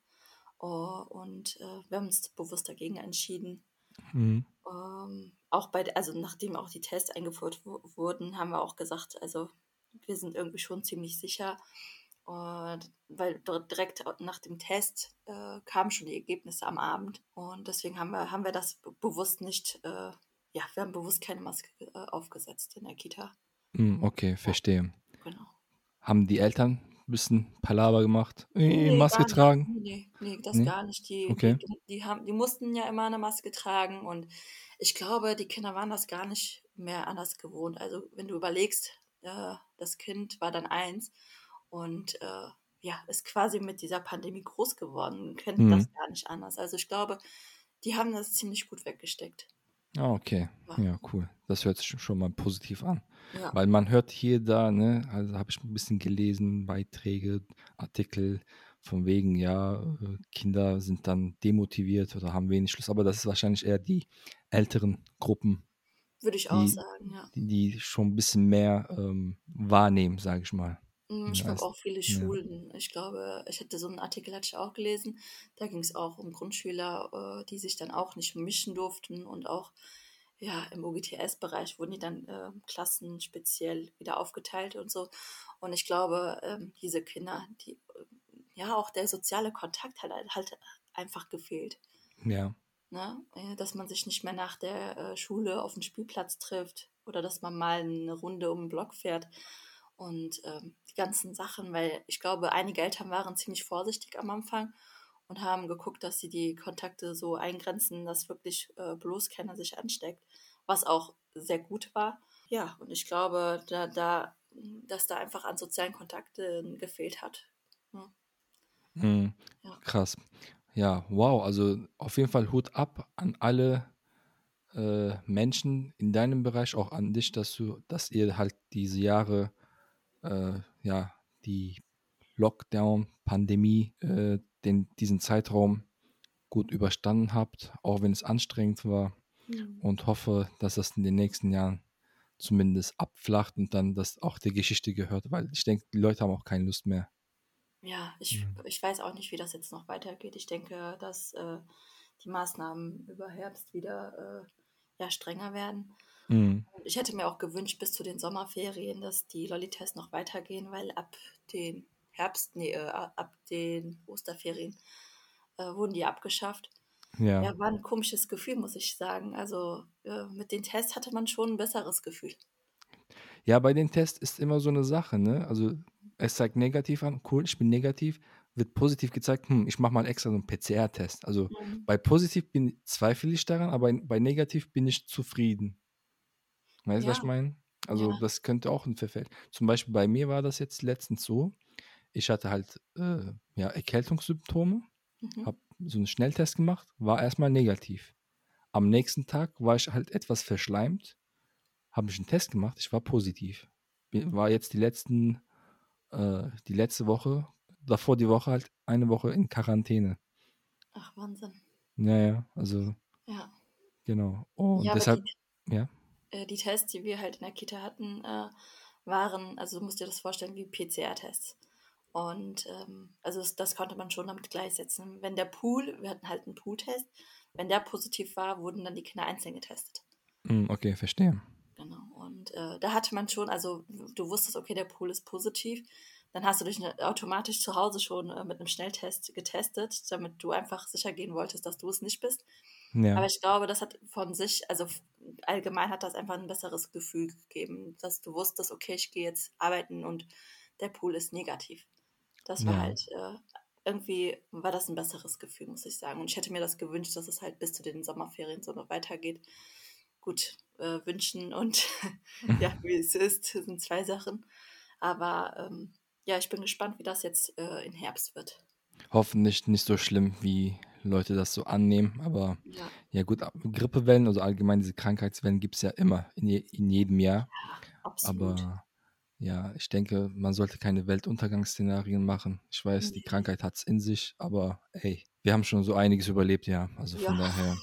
Und, wir haben uns bewusst dagegen entschieden. Mhm. Auch also nachdem auch die Tests eingeführt wurden, haben wir auch gesagt, also wir sind irgendwie schon ziemlich sicher. Und weil direkt nach dem Test kamen schon die Ergebnisse am Abend. Und deswegen haben wir das bewusst nicht, ja, wir haben bewusst keine Maske aufgesetzt in der Kita. Okay, Ja, verstehe. genau. Haben die Eltern ein bisschen Palaver gemacht? Nee, Maske gar nicht. tragen? Nee, das Ne? gar nicht. Okay. Die mussten ja immer eine Maske tragen und ich glaube, die Kinder waren das gar nicht mehr anders gewohnt. Also wenn du überlegst, das Kind war dann 1 und ja, ist quasi mit dieser Pandemie groß geworden, kennt Mhm. das gar nicht anders. Also ich glaube, die haben das ziemlich gut weggesteckt. Ah, okay. Ja, Ja, cool. Das hört sich schon mal positiv an. ja. Weil man hört hier, da, ne, also habe ich ein bisschen gelesen, Beiträge, Artikel von wegen, ja, Kinder sind dann demotiviert oder haben wenig Lust. Aber das ist wahrscheinlich eher die älteren Gruppen, Würde ich auch die, sagen, ja. die schon ein bisschen mehr wahrnehmen, sage ich mal. Ich Ne, glaube als, auch viele ja. Schulen. Ich glaube, ich hatte so einen Artikel hatte ich auch gelesen, da ging es auch um Grundschüler, die sich dann auch nicht mischen durften und auch, ja, im OGTS-Bereich wurden die dann, Klassen speziell wieder aufgeteilt und so. Und ich glaube, diese Kinder, ja, auch der soziale Kontakt hat halt einfach gefehlt, Ja. ne? Dass man sich nicht mehr nach der, Schule auf dem Spielplatz trifft oder dass man mal eine Runde um den Block fährt und, die ganzen Sachen, weil ich glaube, einige Eltern waren ziemlich vorsichtig am Anfang und haben geguckt, dass sie die Kontakte so eingrenzen, dass wirklich, bloß keiner sich ansteckt, was auch sehr gut war. Ja, und ich glaube, dass da einfach an sozialen Kontakten gefehlt hat. Ja, Mhm. ja. Krass. Ja, wow. Also auf jeden Fall Hut ab an alle Menschen in deinem Bereich, auch an dich, dass ihr halt diese Jahre, ja, die Lockdown, Pandemie, diesen Zeitraum gut überstanden habt, auch wenn es anstrengend war, Mhm. und hoffe, dass das in den nächsten Jahren zumindest abflacht und dann das auch der Geschichte gehört, weil ich denke, die Leute haben auch keine Lust mehr. Ja, Mhm. ich weiß auch nicht, wie das jetzt noch weitergeht. Ich denke, dass die Maßnahmen über Herbst wieder ja, strenger werden. Mhm. Und ich hätte mir auch gewünscht, bis zu den Sommerferien, dass die Lolli-Tests noch weitergehen, weil ab den ab den Osterferien wurden die abgeschafft. Ja. Ja, war ein komisches Gefühl, muss ich sagen. Also mit den Tests hatte man schon ein besseres Gefühl. Ja, bei den Tests ist immer so eine Sache, ne? Also, es zeigt negativ an, cool, ich bin negativ, wird positiv gezeigt, ich mache mal extra so 'n PCR-Test. Also, Mhm. bei positiv zweifle ich daran, aber bei negativ bin ich zufrieden. Weißt du, was Ja, ich meine? Also, ja. das könnte auch 'n Verfall, zum Beispiel bei mir war das jetzt letztens so, ich hatte halt, ja, Erkältungssymptome, Mhm. habe so 'n Schnelltest gemacht, war erst mal negativ. Am nächsten Tag war ich halt etwas verschleimt, habe ich 'n Test gemacht, ich war positiv. War jetzt die letzte Woche, davor die Woche halt eine Woche in Quarantäne. Ach, Wahnsinn. Ja, ja, also Ja. genau. Ja, Und aber deshalb, ja, die Tests, die wir halt in der Kita hatten, waren, also du musst dir das vorstellen wie PCR-Tests. Und also das konnte man schon damit gleichsetzen. Wenn der Pool, wir hatten halt einen Pool-Test, wenn der positiv war, wurden dann die Kinder einzeln getestet. okay, verstehe. Genau. Und da hatte man schon, also du wusstest, okay, der Pool ist positiv. Dann hast du dich automatisch zu Hause schon mit einem Schnelltest getestet, damit du einfach sicher gehen wolltest, dass du es nicht bist. Ja, Aber ich glaube, das hat von sich, also allgemein hat das einfach ein besseres Gefühl gegeben, dass du wusstest, okay, ich gehe jetzt arbeiten und der Pool ist negativ. Das war ja, halt, irgendwie war das ein besseres Gefühl, muss ich sagen. Und ich hätte mir das gewünscht, dass es halt bis zu den Sommerferien so noch weitergeht. Gut, wünschen und ja, wie es ist, sind 2 Sachen. Aber ja, ich bin gespannt, wie das jetzt im Herbst wird. hoffentlich nicht so schlimm wie Leute das so annehmen. Aber Ja, ja gut, Grippewellen, also allgemein diese Krankheitswellen gibt es ja immer in jedem Jahr. absolut. Aber ja, ich denke, man sollte keine Weltuntergangsszenarien machen. Ich weiß, die Ne, Krankheit hat es in sich, aber ey, wir haben schon so einiges überlebt, ja. Also ja, von daher,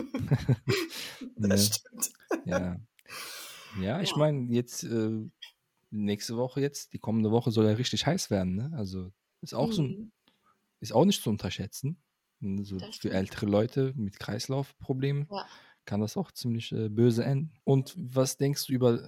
das ne, stimmt. ja. Ja, ich Ja, meine, jetzt nächste Woche jetzt, die kommende Woche soll ja richtig heiß werden, ne? Also mhm, ist auch nicht zu unterschätzen. So das für stimmt. ältere Leute mit Kreislaufproblemen Ja, kann das auch ziemlich böse enden. Und was denkst du über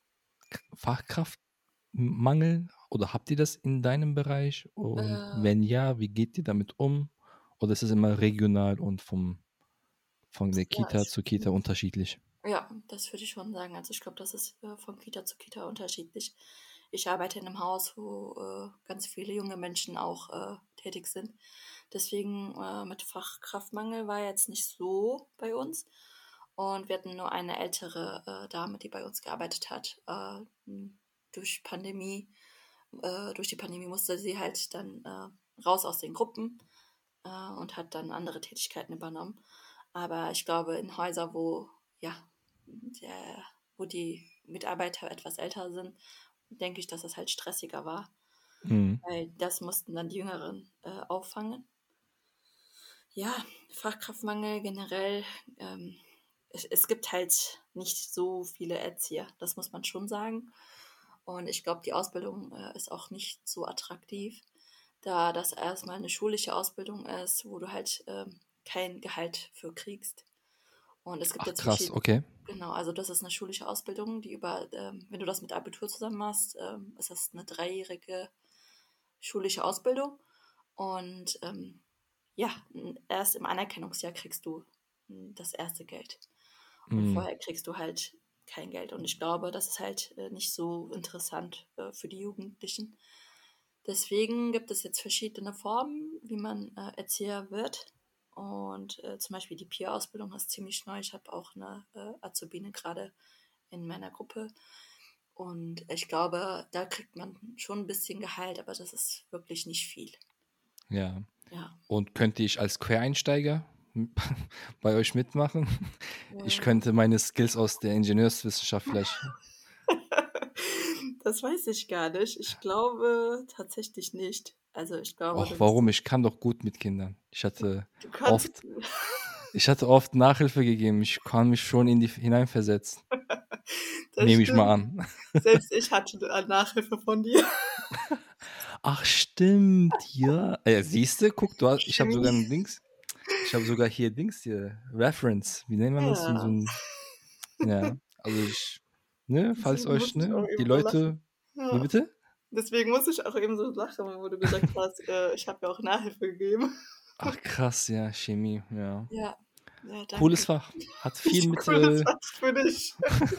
Fachkraftmangel? Oder habt ihr das in deinem Bereich? Und wenn ähm, ja, wie geht ihr damit um? Oder ist es immer regional und von der ja, Kita zu Kita unterschiedlich? ja, das würde ich schon sagen. Also ich glaube, das ist von Kita zu Kita unterschiedlich. Ich arbeite in einem Haus, wo ganz viele junge Menschen auch tätig sind. Deswegen mit Fachkraftmangel war jetzt nicht so bei uns. Und wir hatten nur eine ältere Dame, die bei uns gearbeitet hat. Durch Pandemie, durch die Pandemie musste sie halt dann raus aus den Gruppen und hat dann andere Tätigkeiten übernommen. Aber ich glaube, in Häusern, ja, der, wo die Mitarbeiter etwas älter sind, denke ich, dass es halt stressiger war, Mhm. weil das mussten dann die Jüngeren auffangen. Ja, Fachkraftmangel generell. Es gibt halt nicht so viele Erzieher, das muss man schon sagen. Und ich glaube, die Ausbildung ist auch nicht so attraktiv, da das erstmal eine schulische Ausbildung ist, wo du halt kein Gehalt für kriegst. Und es gibt Ach jetzt krass, verschiedene, okay. genau, also das ist eine schulische Ausbildung, die wenn du das mit Abitur zusammen machst, ist das eine dreijährige schulische Ausbildung. Und ja, erst im Anerkennungsjahr kriegst du das erste Geld. Und Mhm. vorher kriegst du halt kein Geld. Und ich glaube, das ist halt nicht so interessant für die Jugendlichen. Deswegen gibt es jetzt verschiedene Formen, wie man Erzieher wird. Und zum Beispiel die Peer-Ausbildung ist ziemlich neu. Ich habe auch eine Azubine gerade in meiner Gruppe. Und ich glaube, da kriegt man schon ein bisschen Gehalt, aber das ist wirklich nicht viel. Ja. Ja. Und könnte ich als Quereinsteiger bei euch mitmachen? Ich Äh, könnte meine Skills aus der Ingenieurswissenschaft vielleicht. Das weiß ich gar nicht. Ich glaube tatsächlich nicht. Also ich glaube, Och, warum? Ich kann doch gut mit Kindern. du kannst, Oft, ich hatte oft Nachhilfe gegeben. Ich kann mich schon in die hineinversetzen. das Nehme ich mal stimmt. an. Selbst ich hatte eine Nachhilfe von dir. Ach, stimmt, ja. Siehst du, guck, ich habe sogar Chemie. ein Dings. Ich habe sogar hier Dings hier. Reference. Wie nennt man das? So Ja, ein, ja. Also ne, falls deswegen euch, muss ich auch ne, die eben so lachen. Leute. Wie Ja, bitte? deswegen muss ich auch eben so lachen, wo du gesagt hast, ich habe ja auch Nachhilfe gegeben. Ach krass, ja, Chemie, ja. Ja, ja, Cooles danke. Fach. Hat viel mit, Cooles Fakt für dich.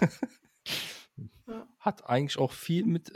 Ja. hat eigentlich auch viel mit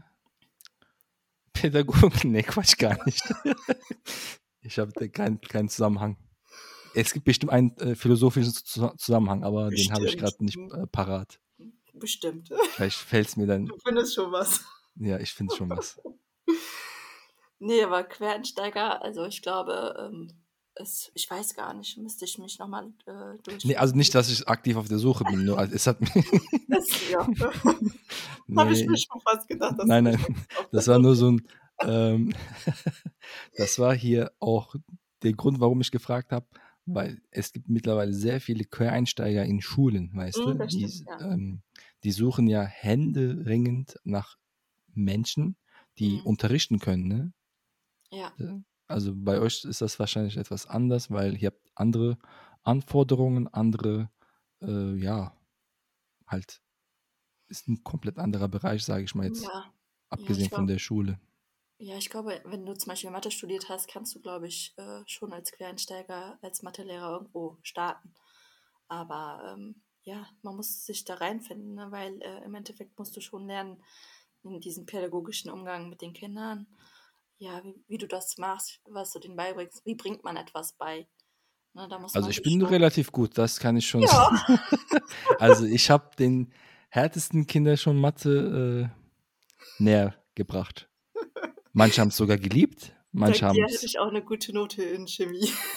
Pädagogik. Nee, Quatsch, gar nicht. Ich habe da keinen Zusammenhang. Es gibt bestimmt einen philosophischen Zusammenhang, aber den habe ich Bestimmt. gerade nicht parat. Bestimmt. Vielleicht fällt es mir dann, Du findest schon was. ja, ich finde schon was. Nee, aber Quereinsteiger, also ich glaube, ich weiß gar nicht, müsste ich mich nochmal Nee, also durchlesen. nicht, dass ich aktiv auf der Suche bin, nur also es hat Ja, habe ich mir nee, schon fast gedacht, dass du nein, nicht nein, auf der das war Suche nur bist. so ein, ähm, das war hier auch der Grund, warum ich gefragt habe, weil es gibt mittlerweile sehr viele Quereinsteiger in Schulen, weißt du? Das stimmt, ja. Die suchen ja händeringend nach Menschen, die Mhm. unterrichten können, ne? Ja, Also bei euch ist das wahrscheinlich etwas anders, weil ihr habt andere Anforderungen, andere, ja, halt, ist ein komplett anderer Bereich, sage ich mal jetzt, ja, ja, abgesehen von der Schule. ich glaube, wenn du zum Beispiel Mathe studiert hast, kannst du, glaube ich, schon als Quereinsteiger, als Mathelehrer irgendwo starten. Aber ja, man muss sich da reinfinden, ne? Weil im Endeffekt musst du schon lernen, in diesem pädagogischen Umgang mit den Kindern, ja, wie du das machst, was du denen beibringst, wie bringt man etwas bei. Ne, da muss Also man ich sich bin schon. relativ gut, das kann ich schon Ja, sagen. Also ich habe den härtesten Kindern schon Mathe näher gebracht. Manche haben es sogar geliebt, manche dank haben dir hätte es, ich auch eine gute Note in Chemie.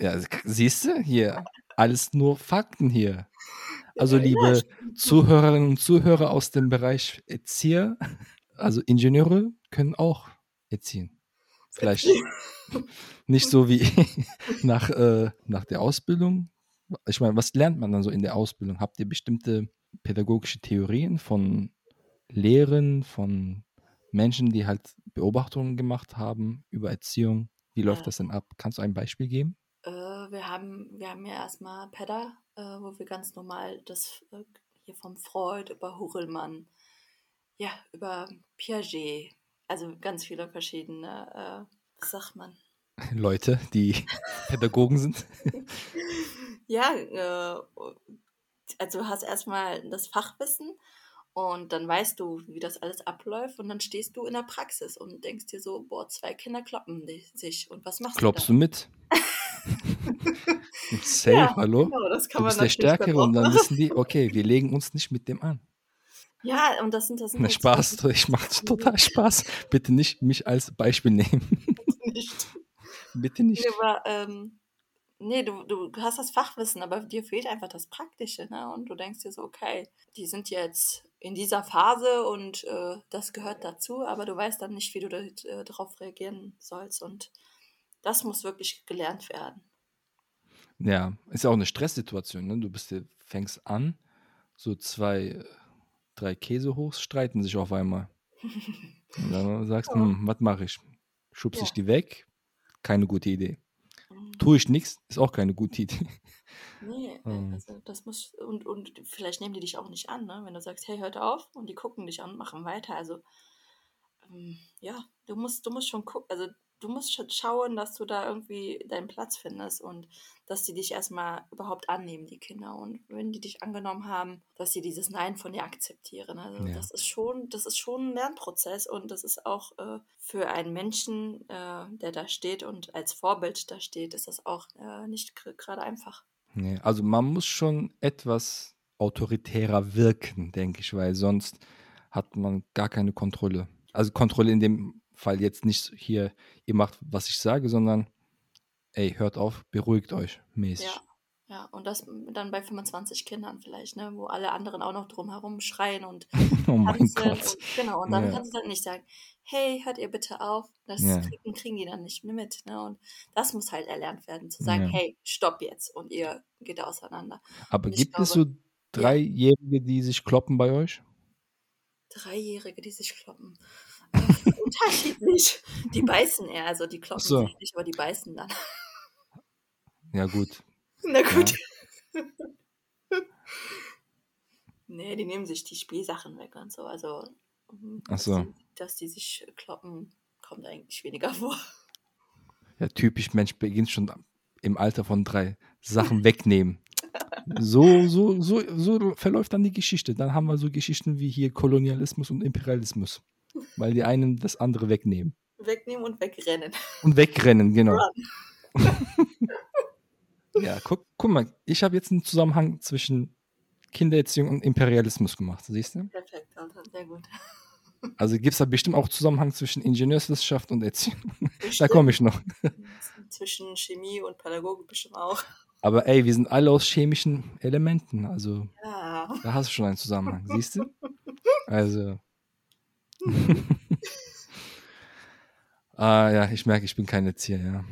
Ja, siehst du, hier, alles nur Fakten hier. Also, Ja, liebe stimmt. Zuhörerinnen und Zuhörer aus dem Bereich Erzieher, also Ingenieure können auch erziehen. Vielleicht nicht so wie nach der Ausbildung. Ich meine, was lernt man dann so in der Ausbildung? Habt ihr bestimmte pädagogische Theorien von Lehren, von Menschen, die halt Beobachtungen gemacht haben über Erziehung? Wie läuft das denn ab? Kannst du ein Beispiel geben? Wir haben ja erstmal PEDA, wo wir ganz normal das hier vom Freud über Hurelmann, ja, über Piaget, also ganz viele verschiedene, was sagt man? Leute, die Pädagogen sind. Ja, also du hast erstmal das Fachwissen und dann weißt du, wie das alles abläuft und dann stehst du in der Praxis und denkst dir so, boah, zwei Kinder kloppen sich und was machst du da? Klopfst du mit? Safe, Ja, hallo? genau, das Du kann man bist der natürlich dann Stärkere auch und dann machen. wissen die, okay, wir legen uns nicht mit dem an. Ja, und das sind Na, halt so Spaß, ich mache die total Spaß. Bitte nicht mich als Beispiel nehmen. nicht. Bitte Ne, nicht. aber, ne, du hast das Fachwissen, aber dir fehlt einfach das Praktische, ne? Und du denkst dir so: „Okay, die sind jetzt in dieser Phase und, das gehört dazu“, aber du weißt dann nicht, wie du da drauf reagieren sollst und das muss wirklich gelernt werden. Ja, ist ja auch eine Stresssituation, ne? Fängst an, so 2, 3 Käsehochs streiten sich auf einmal. Und dann sagst du: Ja, „Was mache ich? Schubse ich ja. die weg? Keine gute Idee. Mhm. Tue ich nichts? Ist auch keine gute Idee.“ Ne, Und also das muss und vielleicht nehmen die dich auch nicht an, ne? Wenn du sagst: „Hey, hört auf“ und die gucken dich an, machen weiter. Also, ja, du musst schon gucken, also du musst schon schauen, dass du da irgendwie deinen Platz findest und dass die dich erstmal überhaupt annehmen, die Kinder. Und wenn die dich angenommen haben, dass sie dieses Nein von dir akzeptieren. Also ja. das ist schon ein Lernprozess und das ist auch für einen Menschen, der da steht und als Vorbild da steht, ist das auch nicht gerade einfach. Ne, also man muss schon etwas autoritärer wirken, denke ich, weil sonst hat man gar keine Kontrolle. Also Kontrolle in dem Fall jetzt nicht hier: „Ihr macht, was ich sage“, sondern: „Ey, hört auf, beruhigt euch“, Ja, mäßig. ja. Und das dann bei 25 Kindern vielleicht, ne, wo alle anderen auch noch drumherum schreien und Oh mein tanzen Gott. und genau, und dann Ja, kannst du dann nicht sagen: „Hey, hört ihr bitte auf?“ Das ja, kriegen die dann nicht mit, ne? Und das muss halt erlernt werden, zu sagen: ja. „Hey, stopp jetzt“ und ihr geht auseinander. Aber Und ich gibt es glaube so ja, Dreijährige, die sich kloppen bei euch? Dreijährige, die sich kloppen. Unterschiedlich. Die beißen eher, also die Ach kloppen so, sich nicht, aber die beißen dann. ja gut, Na gut. ja. Ne, die nehmen sich die Spielsachen weg und so. Also, Ach dass so. die sich kloppen, kommt eigentlich weniger vor. Ja, typisch Mensch beginnt schon im Alter von 3 Sachen wegnehmen. So verläuft dann die Geschichte. Dann haben wir so Geschichten wie hier Kolonialismus und Imperialismus, weil die einen das andere wegnehmen Wegnehmen und wegrennen. und wegrennen, genau. Run. Ja, guck mal, ich habe jetzt einen Zusammenhang zwischen Kindererziehung und Imperialismus gemacht, siehst du? Perfekt, Alter, sehr gut. Also gibt es da bestimmt auch Zusammenhang zwischen Ingenieurswissenschaft und Erziehung. Da komme Bestimmt. ich noch. Zwischen Chemie und Pädagogik bestimmt auch. Aber ey, wir sind alle aus chemischen Elementen, also Ja. da hast du schon einen Zusammenhang, siehst du? Also, ja, ich merke, ich bin kein Erzieher, ja.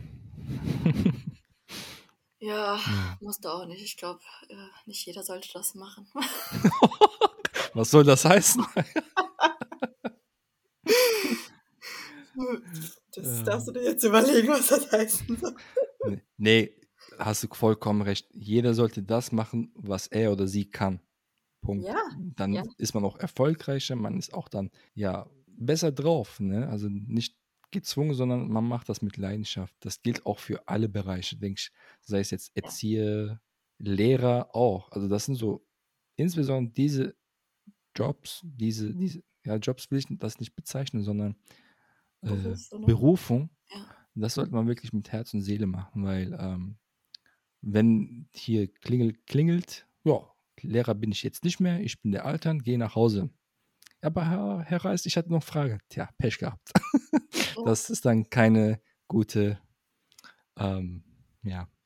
Ja, Ja. musst du auch nicht. Ich glaube, nicht jeder sollte das machen. Was soll das heißen? Das darfst du Ähm, dir jetzt überlegen, was das heißen soll. ne, hast du vollkommen recht. Jeder sollte das machen, was er oder sie kann. Punkt. Ja, ja. Dann ist man auch erfolgreicher, man ist auch dann, ja, besser drauf, ne? Also, nicht gezwungen, sondern man macht das mit Leidenschaft. Das gilt auch für alle Bereiche, denke ich, sei es jetzt Ja, Erzieher, Lehrer auch. Also, das sind so insbesondere diese Jobs, diese ja, Jobs will ich das nicht bezeichnen, sondern, Berufe, ne? Berufung, Ja. das sollte man wirklich mit Herz und Seele machen, weil, wenn hier klingelt, ja, Lehrer bin ich jetzt nicht mehr, ich bin der Altern, gehe nach Hause. Ja, aber Herr Reis, ich hatte noch 'ne Frage. Tja, Pech gehabt. Ja. Das ist dann keine gute, ähm, ja,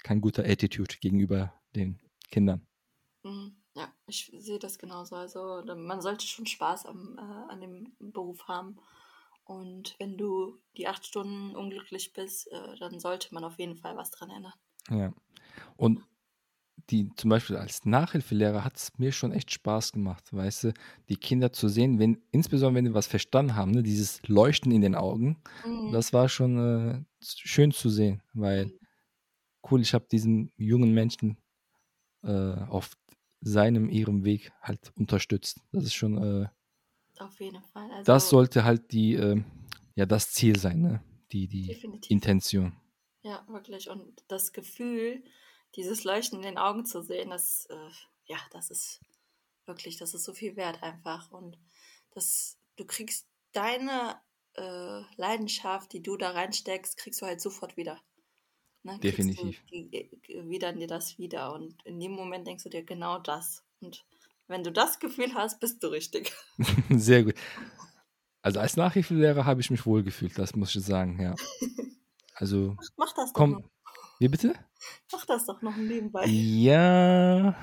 kein guter Attitude gegenüber den Kindern. Ja, ich sehe das genauso. Also man sollte schon Spaß an dem Beruf haben. Und wenn du die 8 Stunden unglücklich bist, dann sollte man auf jeden Fall was dran ändern. Ja. Und zum Beispiel als Nachhilfelehrer hat es mir schon echt Spaß gemacht, weißt du, die Kinder zu sehen, insbesondere wenn die was verstanden haben, ne, dieses Leuchten in den Augen, Mhm. das war schon schön zu sehen, weil cool, ich habe diesen jungen Menschen auf ihrem Weg halt unterstützt. Das ist schon, Auf jeden Fall. das Also sollte halt ja, das Ziel sein, ne? Die definitiv. Intention. Ja, wirklich. Und das Gefühl, dieses Leuchten in den Augen zu sehen, ja, das ist so viel wert einfach. Und du kriegst deine Leidenschaft, die du da reinsteckst, kriegst du halt sofort wieder. Ne? Kriegst du Definitiv. wieder dir das wieder. Und in dem Moment denkst du dir genau das. Und wenn du das Gefühl hast, bist du richtig. Sehr gut. Also als Nachhilfelehrer habe ich mich wohlgefühlt, das muss ich sagen, ja. Also, Mach das doch noch. komm, wie bitte? Mach das doch noch nebenbei. Ja,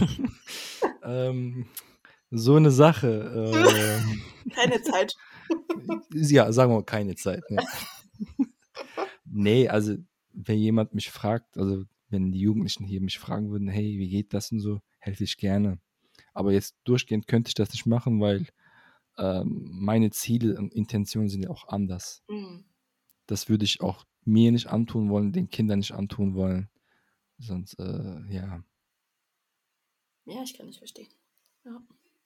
ähm, so eine Sache. Keine Zeit. Ja, sagen wir mal, keine Zeit. Ne? Nee, also wenn jemand mich fragt, also wenn die Jugendlichen hier mich fragen würden, hey, wie geht das und so, helfe ich gerne. Aber jetzt durchgehend könnte ich das nicht machen, weil meine Ziele und Intentionen sind ja auch anders. Mm. Das würde ich auch mir nicht antun wollen, den Kindern nicht antun wollen. Sonst, ja. Ja, ich kann nicht verstehen. Ja.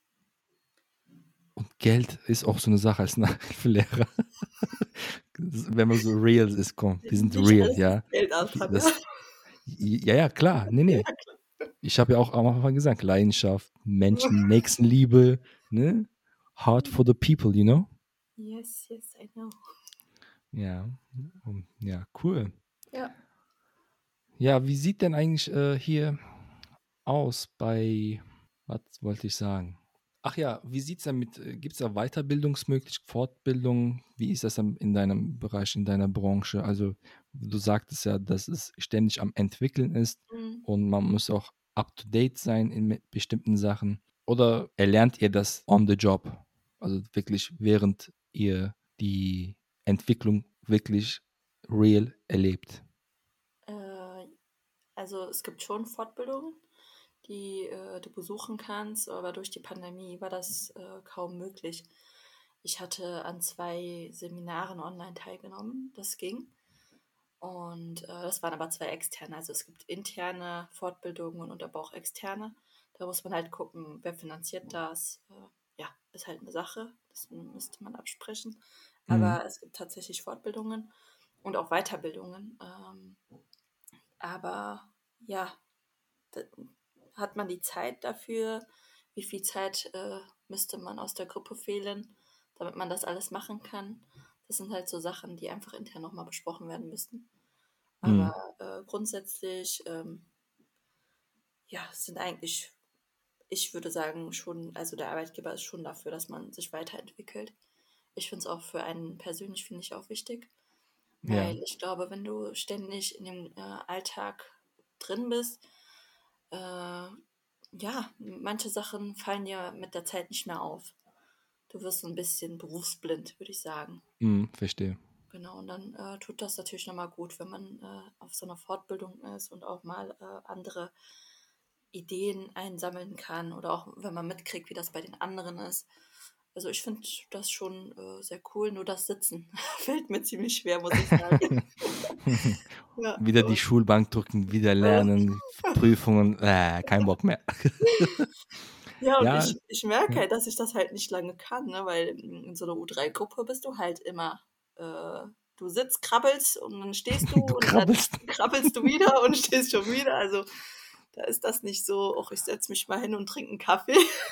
Und Geld ist auch so eine Sache als Nachhilfelehrer. Wenn man so real ist, komm, wir sind Nicht real, alles ist ja. Geld, Abraham, ja. Ja, ja, klar, nee, Ja, nee. Ich habe ja auch am Anfang gesagt, Leidenschaft, Menschen, Nächstenliebe, ne? Heart for the people, you know? Yes, yes, I know. Ja, ja, cool. Ja. Ja, wie sieht denn eigentlich hier aus was wollte ich sagen? Ach ja, wie sieht es denn gibt es da Weiterbildungsmöglichkeiten, Fortbildung? Wie ist das dann in deinem Bereich, in deiner Branche? Also, du sagtest ja, dass es ständig am Entwickeln ist Mm. und man muss auch up to date sein in bestimmten Sachen. Oder erlernt ihr das on the job? Also wirklich, während ihr die Entwicklung wirklich real erlebt. Äh, also es gibt schon Fortbildungen, die du besuchen kannst, aber durch die Pandemie war das kaum möglich. Ich hatte an 2 Seminaren online teilgenommen, das ging. Und das waren aber 2 externe. Also es gibt interne Fortbildungen und aber auch externe. Da muss man halt gucken, wer finanziert das. Ja, ist halt eine Sache. Das müsste man absprechen. Mhm. Aber es gibt tatsächlich Fortbildungen und auch Weiterbildungen. Aber ja, da hat man die Zeit dafür? Wie viel Zeit müsste man aus der Gruppe fehlen, damit man das alles machen kann? Das sind halt so Sachen, die einfach intern nochmal besprochen werden müssten. Mhm. Aber grundsätzlich, ja, sind eigentlich, ich würde sagen, schon, also der Arbeitgeber ist schon dafür, dass man sich weiterentwickelt. Ich finde es auch für einen persönlich, finde ich auch wichtig, Ja. weil ich glaube, wenn du ständig in dem Alltag drin bist, äh, ja, manche Sachen fallen dir mit der Zeit nicht mehr auf. Du wirst so ein bisschen berufsblind, würde ich sagen. Mhm, verstehe. Genau, und dann tut das natürlich nochmal gut, wenn man auf so einer Fortbildung ist und auch mal andere Ideen einsammeln kann oder auch wenn man mitkriegt, wie das bei den anderen ist. Also ich finde das schon sehr cool, nur das Sitzen fällt mir ziemlich schwer, muss ich sagen. Ja, Wieder die Schulbank drücken, wieder lernen, Prüfungen, kein Bock mehr. ja, und Ja, ich merke ja. halt, dass ich das halt nicht lange kann, ne? Weil in so einer U3-Gruppe bist du halt immer, äh, du sitzt, krabbelst und dann stehst du Du und dann krabbelst. krabbelst du wieder und stehst schon wieder. Also da ist das nicht so, ach, ich setze mich mal hin und trinke einen Kaffee.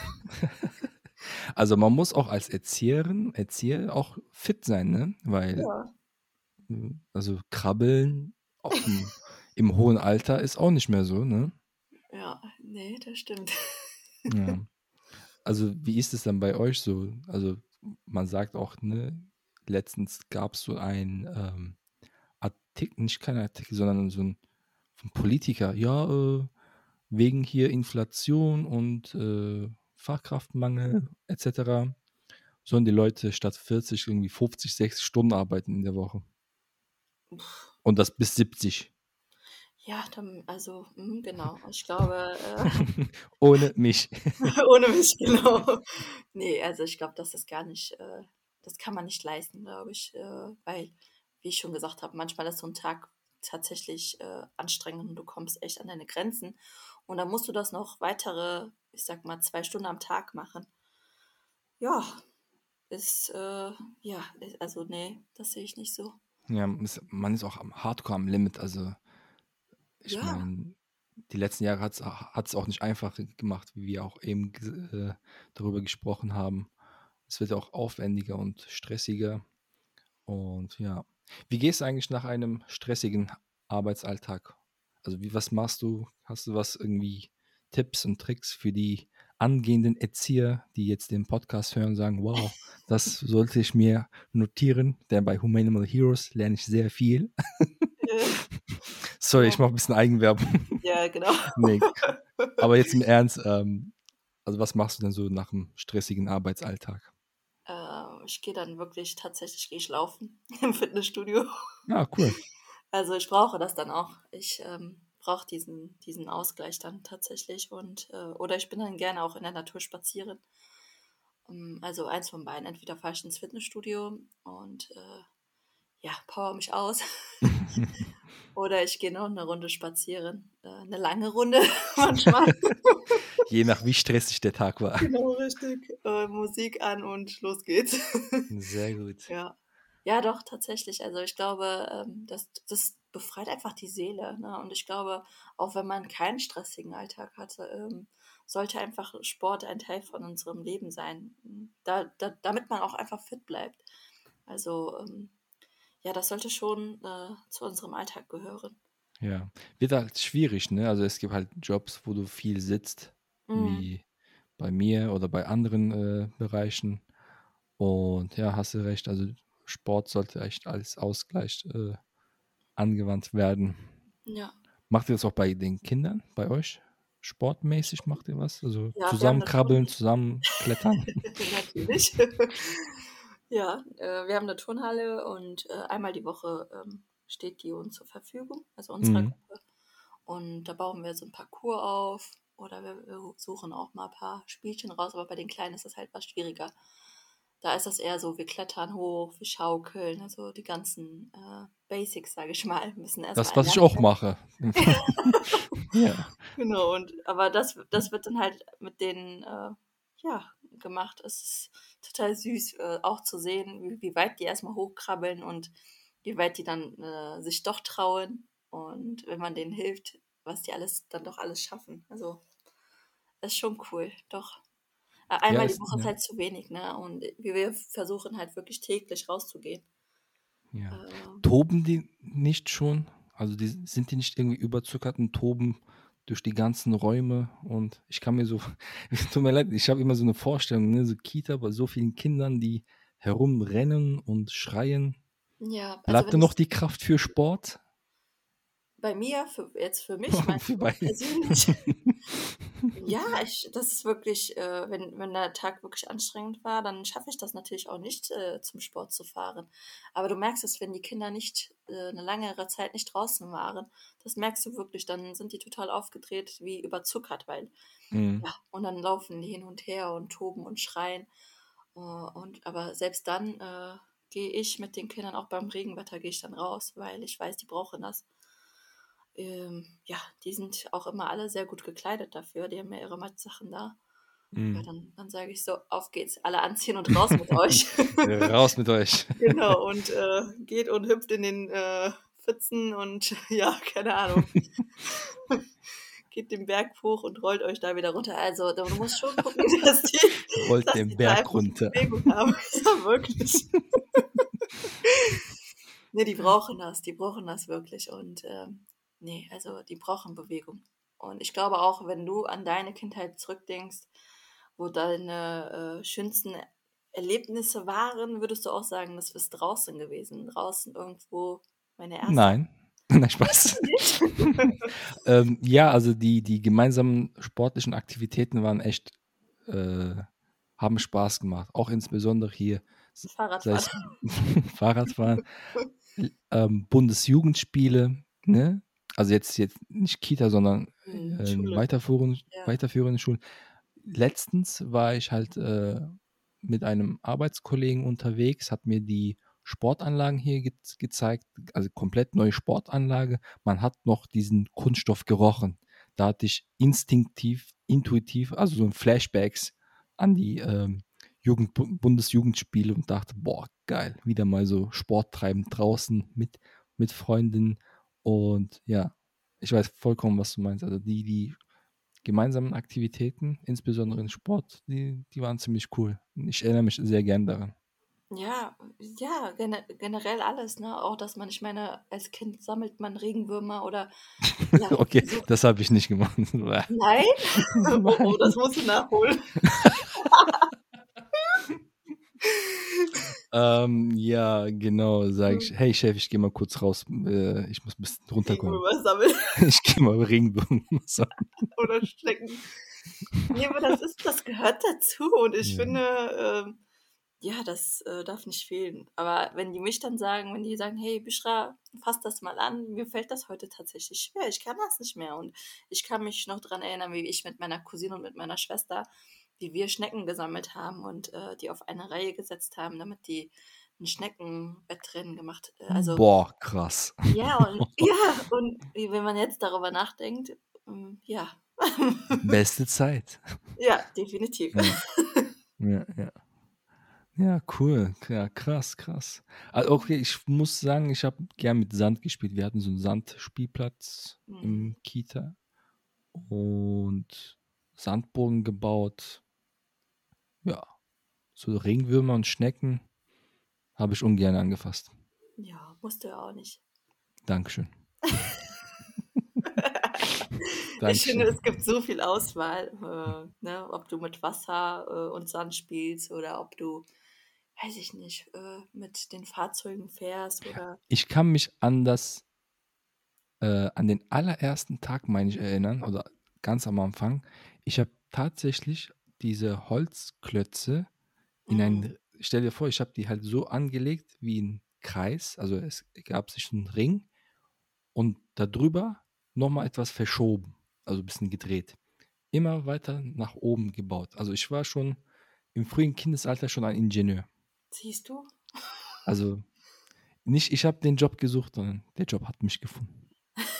Also man muss auch als Erzieher auch fit sein, ne? Weil, Ja, also krabbeln im hohen Alter ist auch nicht mehr so, ne? ja, nee, das stimmt. Ja. Also wie ist es dann bei euch so? Also man sagt auch, ne, letztens gab es so ein Artikel, nicht kein Artikel, sondern so ein von Politiker, ja, wegen hier Inflation und Fachkraftmangel etc. sollen die Leute statt 40 irgendwie 50, 60 Stunden arbeiten in der Woche. Und das bis 70. Ja, dann, also, genau. Ich glaube, Ohne mich. ohne mich, genau. Nee, also ich glaube, das ist gar nicht, das kann man nicht leisten, glaube ich, weil, wie ich schon gesagt habe, manchmal ist so ein Tag tatsächlich anstrengend und du kommst echt an deine Grenzen. Und dann musst du das noch weitere, ich sag mal, 2 Stunden am Tag machen. Ja, ist, ja, also nee, das sehe ich nicht so. Ja, man ist auch am Hardcore am Limit. Also ich Ja, meine, die letzten Jahre hat es auch nicht einfach gemacht, wie wir auch eben darüber gesprochen haben. Es wird auch aufwendiger und stressiger. Und ja, wie gehst du eigentlich nach einem stressigen Arbeitsalltag? Also was machst du? Hast du was irgendwie Tipps und Tricks für die angehenden Erzieher, die jetzt den Podcast hören und sagen, wow, das sollte ich mir notieren, denn bei Humanimal Heroes lerne ich sehr viel. äh, Sorry, ich ja, mache ein bisschen Eigenwerbung. ja, genau. Nee, aber jetzt im Ernst, also was machst du denn so nach einem stressigen Arbeitsalltag? Ich gehe dann wirklich, tatsächlich gehe ich laufen im Fitnessstudio. Ah, cool. Also ich brauche das dann auch. Ich brauche diesen Ausgleich dann tatsächlich oder ich bin dann gerne auch in der Natur spazieren. Also eins von beiden. Entweder fahre ich ins Fitnessstudio und ja, power mich aus. Oder ich gehe noch eine Runde spazieren. Eine lange Runde manchmal. Je nach wie stressig der Tag war. Genau, richtig. Musik an und los geht's. Sehr gut. Ja. Ja, doch, tatsächlich. Also ich glaube, das befreit einfach die Seele. Ne? Und ich glaube, auch wenn man keinen stressigen Alltag hatte, sollte einfach Sport ein Teil von unserem Leben sein. Damit man auch einfach fit bleibt. Also ja, das sollte schon zu unserem Alltag gehören. Ja, wird halt schwierig, ne? Also es gibt halt Jobs, wo du viel sitzt, Mhm. wie bei mir oder bei anderen Bereichen. Und ja, hast du recht, also Sport sollte echt als Ausgleich angewandt werden. Ja. Macht ihr das auch bei den Kindern, bei euch? Sportmäßig macht ihr was? Also Ja, wir haben eine zusammenkrabbeln, zusammenklettern? natürlich. Ja, wir haben eine Turnhalle und einmal die Woche steht die uns zur Verfügung, also unserer Mhm. Gruppe. Und da bauen wir so ein Parcours auf oder wir suchen auch mal ein paar Spielchen raus, aber bei den Kleinen ist das halt was schwieriger. Da ist das eher so, wir klettern hoch, wir schaukeln, also die ganzen Basics, sage ich mal, müssen Das, erstmal was ich erlernt auch werden. mache. Ja. Genau, aber das wird dann halt mit denen ja, gemacht. Es ist total süß, auch zu sehen, wie weit die erstmal hochkrabbeln und wie weit die dann sich doch trauen. Und wenn man denen hilft, was die dann doch alles schaffen. Also, das ist schon cool, doch. Ja, Einmal die Woche ist ja, halt zu wenig, ne? Und wir versuchen halt wirklich täglich rauszugehen. ja. Ähm, Toben die nicht schon? Also sind die nicht irgendwie überzuckert und toben durch die ganzen Räume? Und ich kann mir so, tut mir leid, ich habe immer so eine Vorstellung, ne? So Kita bei so vielen Kindern, die herumrennen und schreien. ja, also Bleibt wenn da noch ich die Kraft für Sport? bei mir, jetzt für mich, meinst du Wobei. persönlich? Ja, das ist wirklich, wenn der Tag wirklich anstrengend war, dann schaffe ich das natürlich auch nicht, zum Sport zu fahren. Aber du merkst es, wenn die Kinder nicht 'ne längere Zeit nicht draußen waren, das merkst du wirklich, dann sind die total aufgedreht wie überzuckert, weil Mhm. ja, und dann laufen die hin und her und toben und schreien. Aber selbst dann, gehe ich mit den Kindern auch beim Regenwetter gehe ich dann raus, weil ich weiß, die brauchen das. Ja, die sind auch immer alle sehr gut gekleidet dafür. Die haben ja ihre Sachen da. Ja, Mhm. dann sage ich so: „Auf geht's, alle anziehen und raus mit euch.“ Raus mit euch. Genau, und geht und hüpft in den Pfützen und ja, keine Ahnung, geht den Berg hoch und rollt euch da wieder runter. Also, du musst schon gucken, Rollt dass den die da Berg einfach runter. Bewegung haben. Ja, wirklich. Ne, die brauchen das wirklich und, ne, also die brauchen Bewegung. Und ich glaube auch, wenn du an deine Kindheit zurückdenkst, wo deine schönsten Erlebnisse waren, würdest du auch sagen, das ist draußen gewesen, draußen irgendwo meine erste Nein. Nein, Spaß. Nicht? Ja, also die gemeinsamen sportlichen Aktivitäten waren echt, haben Spaß gemacht. Auch insbesondere hier, sei Fahrradfahren. es Fahrradfahren, Bundesjugendspiele, ne? Also jetzt nicht Kita, sondern Schule. Ja. weiterführende Schulen. Letztens war ich halt mit einem Arbeitskollegen unterwegs, hat mir die Sportanlagen hier gezeigt, also komplett neue Sportanlage. Man hat noch diesen Kunststoff gerochen. Da hatte ich intuitiv, also so ein Flashbacks an die Bundesjugendspiele und dachte, boah, geil, wieder mal so Sport treiben draußen mit Freundinnen. Und ja, ich weiß vollkommen, was du meinst. Also die gemeinsamen Aktivitäten, insbesondere in Sport, die waren ziemlich cool. Ich erinnere mich sehr gern daran. Ja, ja, generell alles, ne? Auch, dass man, ich meine, als Kind sammelt man Regenwürmer oder ja, Okay, so. das habe ich nicht gemacht. Nein? Oh, oh, das Nein. musst du nachholen. Ja, genau, sage ich, hey Chef, ich gehe mal kurz raus, ich muss ein bisschen runterkommen. Regenwürmer sammeln Ich gehe mal Regenbogen sammeln. oder Schnecken. Ne, aber das gehört dazu und ich Ja. finde, ja, das, darf nicht fehlen. Aber wenn die sagen: „Hey, Büşra, fass das mal an, mir fällt das heute tatsächlich schwer, ich kann das nicht mehr.“ Und ich kann mich noch dran erinnern, wie ich mit meiner Cousine und mit meiner Schwester, wie wir Schnecken gesammelt haben und, die auf eine Reihe gesetzt haben, damit die 'n Schneckenwettrennen gemacht also Boah, krass. ja, und ja, und wenn man jetzt darüber nachdenkt, ja. Beste Zeit. Ja, definitiv. Ja, ja, ja. Ja, cool. Ja, krass, krass. Also, okay, ich muss sagen, ich habe gern mit Sand gespielt. Wir hatten so einen Sandspielplatz Mhm. im Kita und Sandburgen gebaut. Ja, so Ringwürmer und Schnecken habe ich ungern angefasst. Ja, musst du ja auch nicht. Dankeschön. Ich finde, Dankeschön. es gibt so viel Auswahl, ne, ob du mit Wasser, und Sand spielst oder ob du, weiß ich nicht, mit den Fahrzeugen fährst oder Ich kann mich an den allerersten Tag, meine ich, erinnern, oder ganz am Anfang. Ich habe tatsächlich diese Holzklötze mhm. stell dir vor, ich habe die halt so angelegt wie ein Kreis, also es gab sich einen Ring und darüber nochmal etwas verschoben, also ein bisschen gedreht. Immer weiter nach oben gebaut. Also ich war schon im frühen Kindesalter schon ein Ingenieur. Siehst du? Also nicht, ich habe den Job gesucht, sondern der Job hat mich gefunden.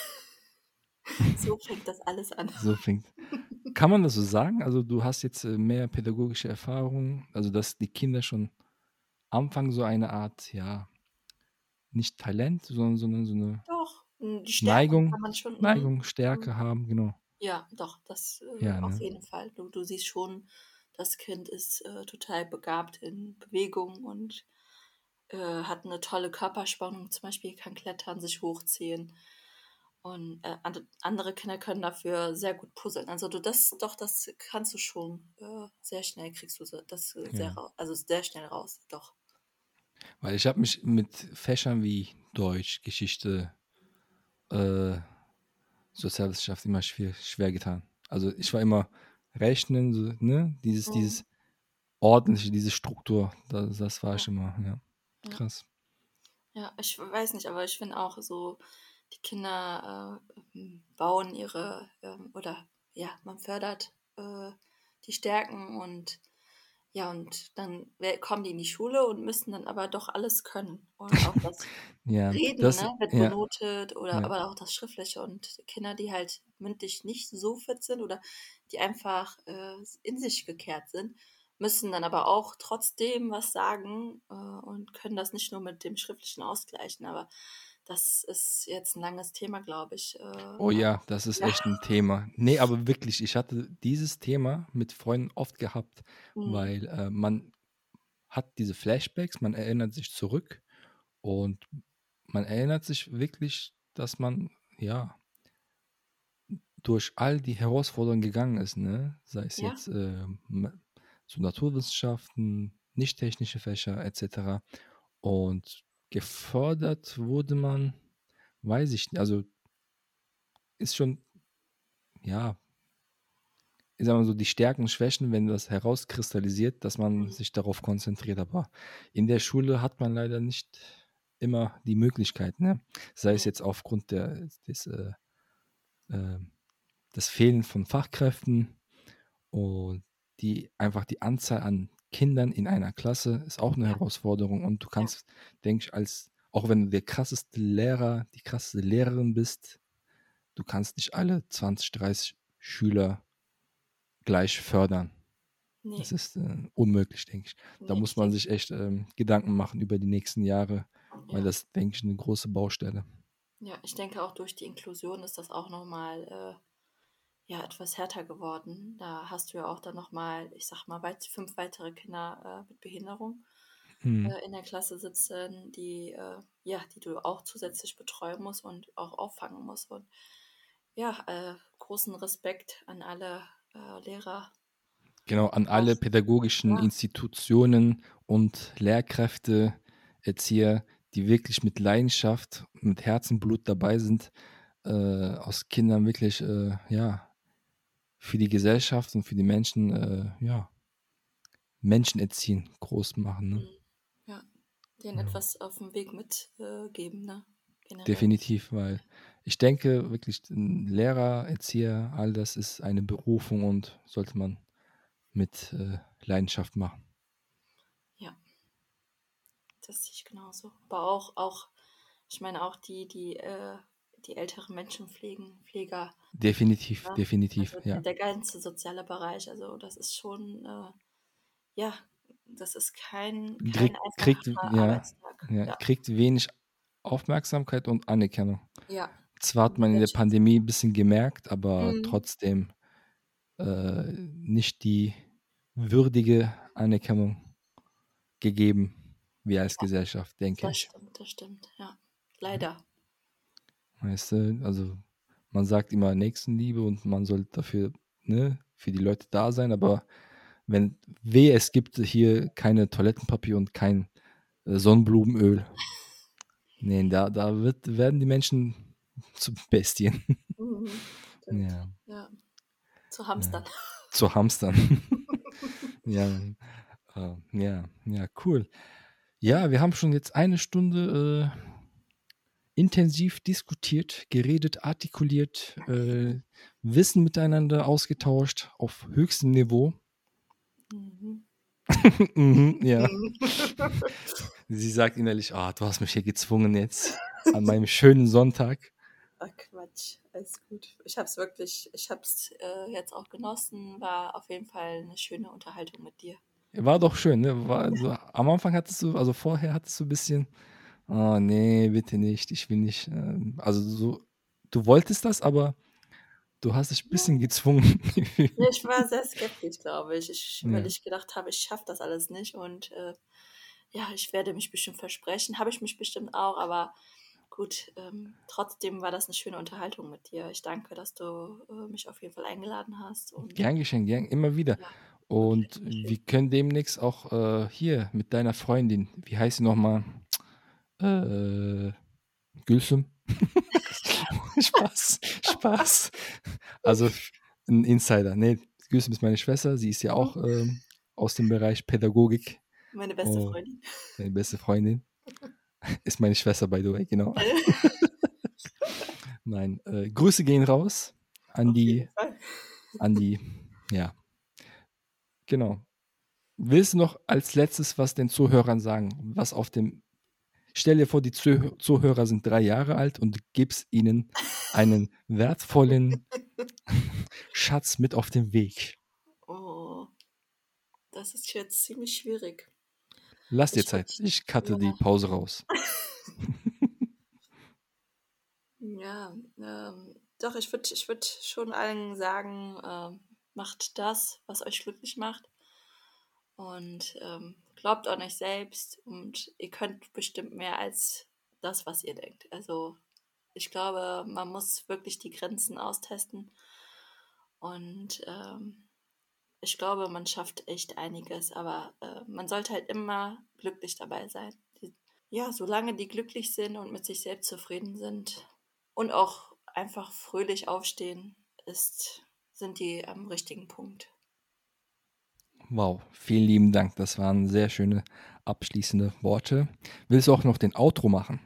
So fängt das alles an. So fängt. Kann man das so sagen? Also du hast jetzt mehr pädagogische Erfahrung, also dass die Kinder schon anfangen, so eine Art, ja, nicht Talent, sondern so eine Doch, die Stärken Neigung, kann man schon Stärke haben, genau. ja, doch, das, Ja, auf ne? jeden Fall. Du siehst schon, das Kind ist, total begabt in Bewegung und, hat eine tolle Körperspannung, zum Beispiel kann klettern, sich hochziehen und, andere Kinder können dafür sehr gut puzzeln. Also, das kannst du schon, sehr schnell kriegst du das, sehr Ja. also, sehr schnell raus, doch. Weil ich habe mich mit Fächern wie Deutsch, Geschichte, äh, Sozialwissenschaft immer schwer getan. Also ich war immer Rechnen, so, ne? Mhm. Dieses ordentliche, diese Struktur, das war ich Ja, immer, ja. ja. Krass. Ja, ich weiß nicht, aber ich finde auch so, die Kinder bauen ihre, oder ja, man fördert die Stärken und ja, und dann kommen die in die Schule und müssen dann aber doch alles können. Und auch das Ja, Reden, ne, wird ja, benotet oder ja. aber auch das Schriftliche. Und Kinder, die halt mündlich nicht so fit sind oder die einfach in sich gekehrt sind, müssen dann aber auch trotzdem was sagen und können das nicht nur mit dem Schriftlichen ausgleichen. Aber das ist jetzt ein langes Thema, glaube ich. Oh ja, das ist Ja. echt ein Thema. Ne, aber wirklich, ich hatte dieses Thema mit Freunden oft gehabt, Mhm. weil, man hat diese Flashbacks, man erinnert sich zurück und man erinnert sich wirklich, dass man, ja, durch all die Herausforderungen gegangen ist, ne? Sei es Ja, jetzt, so Naturwissenschaften, nicht technische Fächer et cetera. Und gefördert wurde man weiß ich nicht. Also ist schon, ja, ich sag mal so, die Stärken und Schwächen, wenn das herauskristallisiert, dass man Mhm. sich darauf konzentriert. Aber in der Schule hat man leider nicht immer die Möglichkeit, ne? Sei es Nee, jetzt aufgrund äh, des Fehlen von Fachkräften und einfach die Anzahl an Kindern in einer Klasse ist auch eine ja, Herausforderung. Und du ja, kannst, denke ich, auch wenn du der krasseste Lehrer, die krasseste Lehrerin bist, du kannst nicht alle 20, 30 Schüler gleich fördern. nee, Das ist unmöglich, denke ich. Da nee, muss ich man denke, sich echt Gedanken machen über die nächsten Jahre, weil ja. das, denke ich, eine große Baustelle. Ja, ich denke auch durch die Inklusion ist das auch nochmal ja, etwas härter geworden. Da hast du ja auch dann nochmal, ich sag mal, 5 weitere Kinder mit Behinderung Hm. in der Klasse sitzen, ja, die du auch zusätzlich betreuen musst und auch auffangen musst. Und ja, großen Respekt an alle Lehrer. Genau, an Auch, alle pädagogischen ja, Institutionen und Lehrkräfte, Erzieher, die wirklich mit Leidenschaft, mit Herzenblut dabei sind, aus Kindern wirklich, ja, für die Gesellschaft und für die Menschen, ja, Menschen erziehen, groß machen, ne? mm, ja, denen Ja. etwas auf dem Weg mitgeben, ne? Generell. Definitiv, weil ich denke wirklich, 'n Lehrer, Erzieher, all das ist eine Berufung und sollte man mit, Leidenschaft machen. Ja, das sehe ich genauso. Aber auch, ich meine auch die älteren Menschen pflegen, Pfleger, Definitiv, ne? definitiv, Also ja. der ganze soziale Bereich, also das ist schon, ja, das ist kein einfacher Arbeitstag. Ja, Kriegt wenig Aufmerksamkeit und Anerkennung. ja, Zwar hat man in der Wertschätzung. Pandemie 'n bisschen gemerkt, aber Mhm. trotzdem, nicht die würdige Anerkennung gegeben, wir als Ja, Gesellschaft, denke ich. das stimmt, ja. Leider. Weißt du, also man sagt immer Nächstenliebe und man soll dafür, ne, für die Leute da sein, aber es gibt hier keine Toilettenpapier und kein Sonnenblumenöl. Nee, werden die Menschen zu Bestien. Mhm. Stimmt. Ja, Ja, zu Hamstern. ja. Zu Hamstern. Ja, ja, cool. Ja, wir haben schon jetzt eine Stunde intensiv diskutiert, geredet, artikuliert, Wissen miteinander ausgetauscht auf höchstem Niveau. Mhm. Mhm, ja. Mhm. Sie sagt innerlich, du hast mich hier gezwungen jetzt an meinem schönen Sonntag. Ach Quatsch, alles gut. Ich hab's jetzt auch genossen. War auf jeden Fall eine schöne Unterhaltung mit dir. War doch schön, ne? Am Anfang also vorher hattest du ein bisschen, oh nee, bitte nicht, ich will nicht. Also so, du wolltest das, aber du hast dich ein bisschen gezwungen. Ja, ich war sehr skeptisch, glaube ich. Weil Ja. ich gedacht habe, ich schaffe das alles nicht und ja, ich werde mich bestimmt versprechen. Habe ich mich bestimmt auch, aber gut, trotzdem war das eine schöne Unterhaltung mit dir. Ich danke, dass du mich auf jeden Fall eingeladen hast und Gern geschehen, gern, immer wieder. ja, wirklich Und sehr wir schön. können demnächst auch hier mit deiner Freundin, wie heißt sie nochmal? Äh, Gülsüm? Spaß, Spaß. Also ein Insider. Nee, Gülsüm ist meine Schwester. Sie ist ja auch aus dem Bereich Pädagogik. Meine beste Oh, Freundin. meine beste Freundin. Ist meine Schwester, by the way, genau. Nein, Grüße gehen raus an Auf jeden die, Fall. an die, ja, genau. Willst du noch als Letztes was den Zuhörern sagen? Stell dir vor, die Zuhörer sind 3 Jahre alt und du gibst ihnen einen wertvollen Schatz mit auf den Weg. Oh, das ist jetzt ziemlich schwierig. Lass dir Ich würde, Zeit. Ich cutte die ja, Pause raus. ja, doch, ich würd schon allen sagen, macht das, was euch glücklich macht und glaubt an euch selbst und ihr könnt bestimmt mehr als das, was ihr denkt. Also ich glaube, man muss wirklich die Grenzen austesten und ich glaube, man schafft echt einiges, aber man sollte halt immer glücklich dabei sein. Ja, solange die glücklich sind und mit sich selbst zufrieden sind und auch einfach fröhlich aufstehen, sind die am richtigen Punkt. Wow, vielen lieben Dank. Das waren sehr schöne abschließende Worte. Willst du auch noch den Outro machen?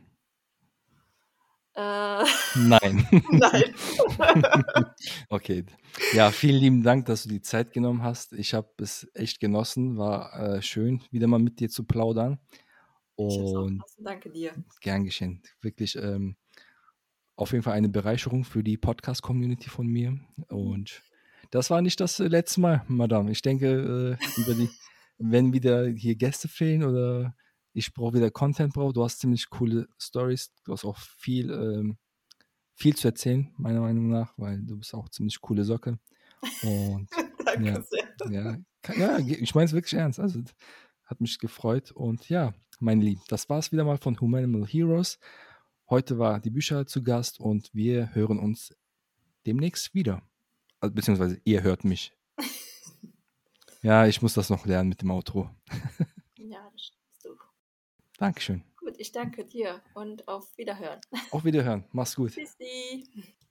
Nein. Nein. Okay. Ja, vielen lieben Dank, dass du die Zeit genommen hast. Ich habe es echt genossen. War schön, wieder mal mit dir zu plaudern. Ich hab's auch Und genossen. Danke dir. gern geschehen. Wirklich auf jeden Fall eine Bereicherung für die Podcast-Community von mir. Und das war nicht das letzte Mal, Madame. Ich denke, wenn wieder hier Gäste fehlen oder ich brauche wieder Content, du hast ziemlich coole Stories. Du hast auch viel zu erzählen, meiner Meinung nach, weil du bist auch ziemlich coole Socke. Und ja, Danke sehr. ja, ich meine es wirklich ernst. Also hat mich gefreut. Und ja, mein Lieb, das war es wieder mal von Humanimal Heroes. Heute war die Bücher zu Gast und wir hören uns demnächst wieder. Also, beziehungsweise ihr hört mich. Ja, ich muss das noch lernen mit dem Outro. Ja, das schaffst du. Dankeschön. Gut, ich danke dir und auf Wiederhören. Auf Wiederhören. Mach's gut. Tschüssi.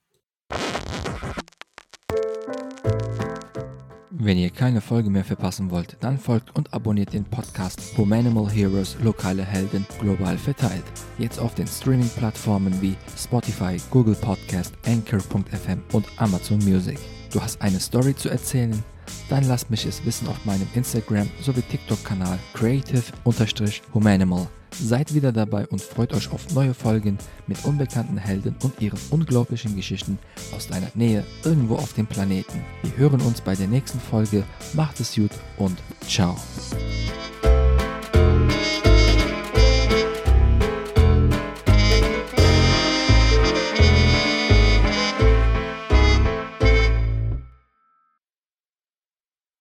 Wenn ihr keine Folge mehr verpassen wollt, dann folgt und abonniert den Podcast Humanimal Heroes, lokale Helden, global verteilt. Jetzt auf den Streaming-Plattformen wie Spotify, Google Podcast, Anchor.fm und Amazon Music. Du hast eine Story zu erzählen? Dann lasst mich es wissen auf meinem Instagram sowie TikTok-Kanal creative_humanimal. Seid wieder dabei und freut euch auf neue Folgen mit unbekannten Helden und ihren unglaublichen Geschichten aus deiner Nähe irgendwo auf dem Planeten. Wir hören uns bei der nächsten Folge. Macht es gut und ciao.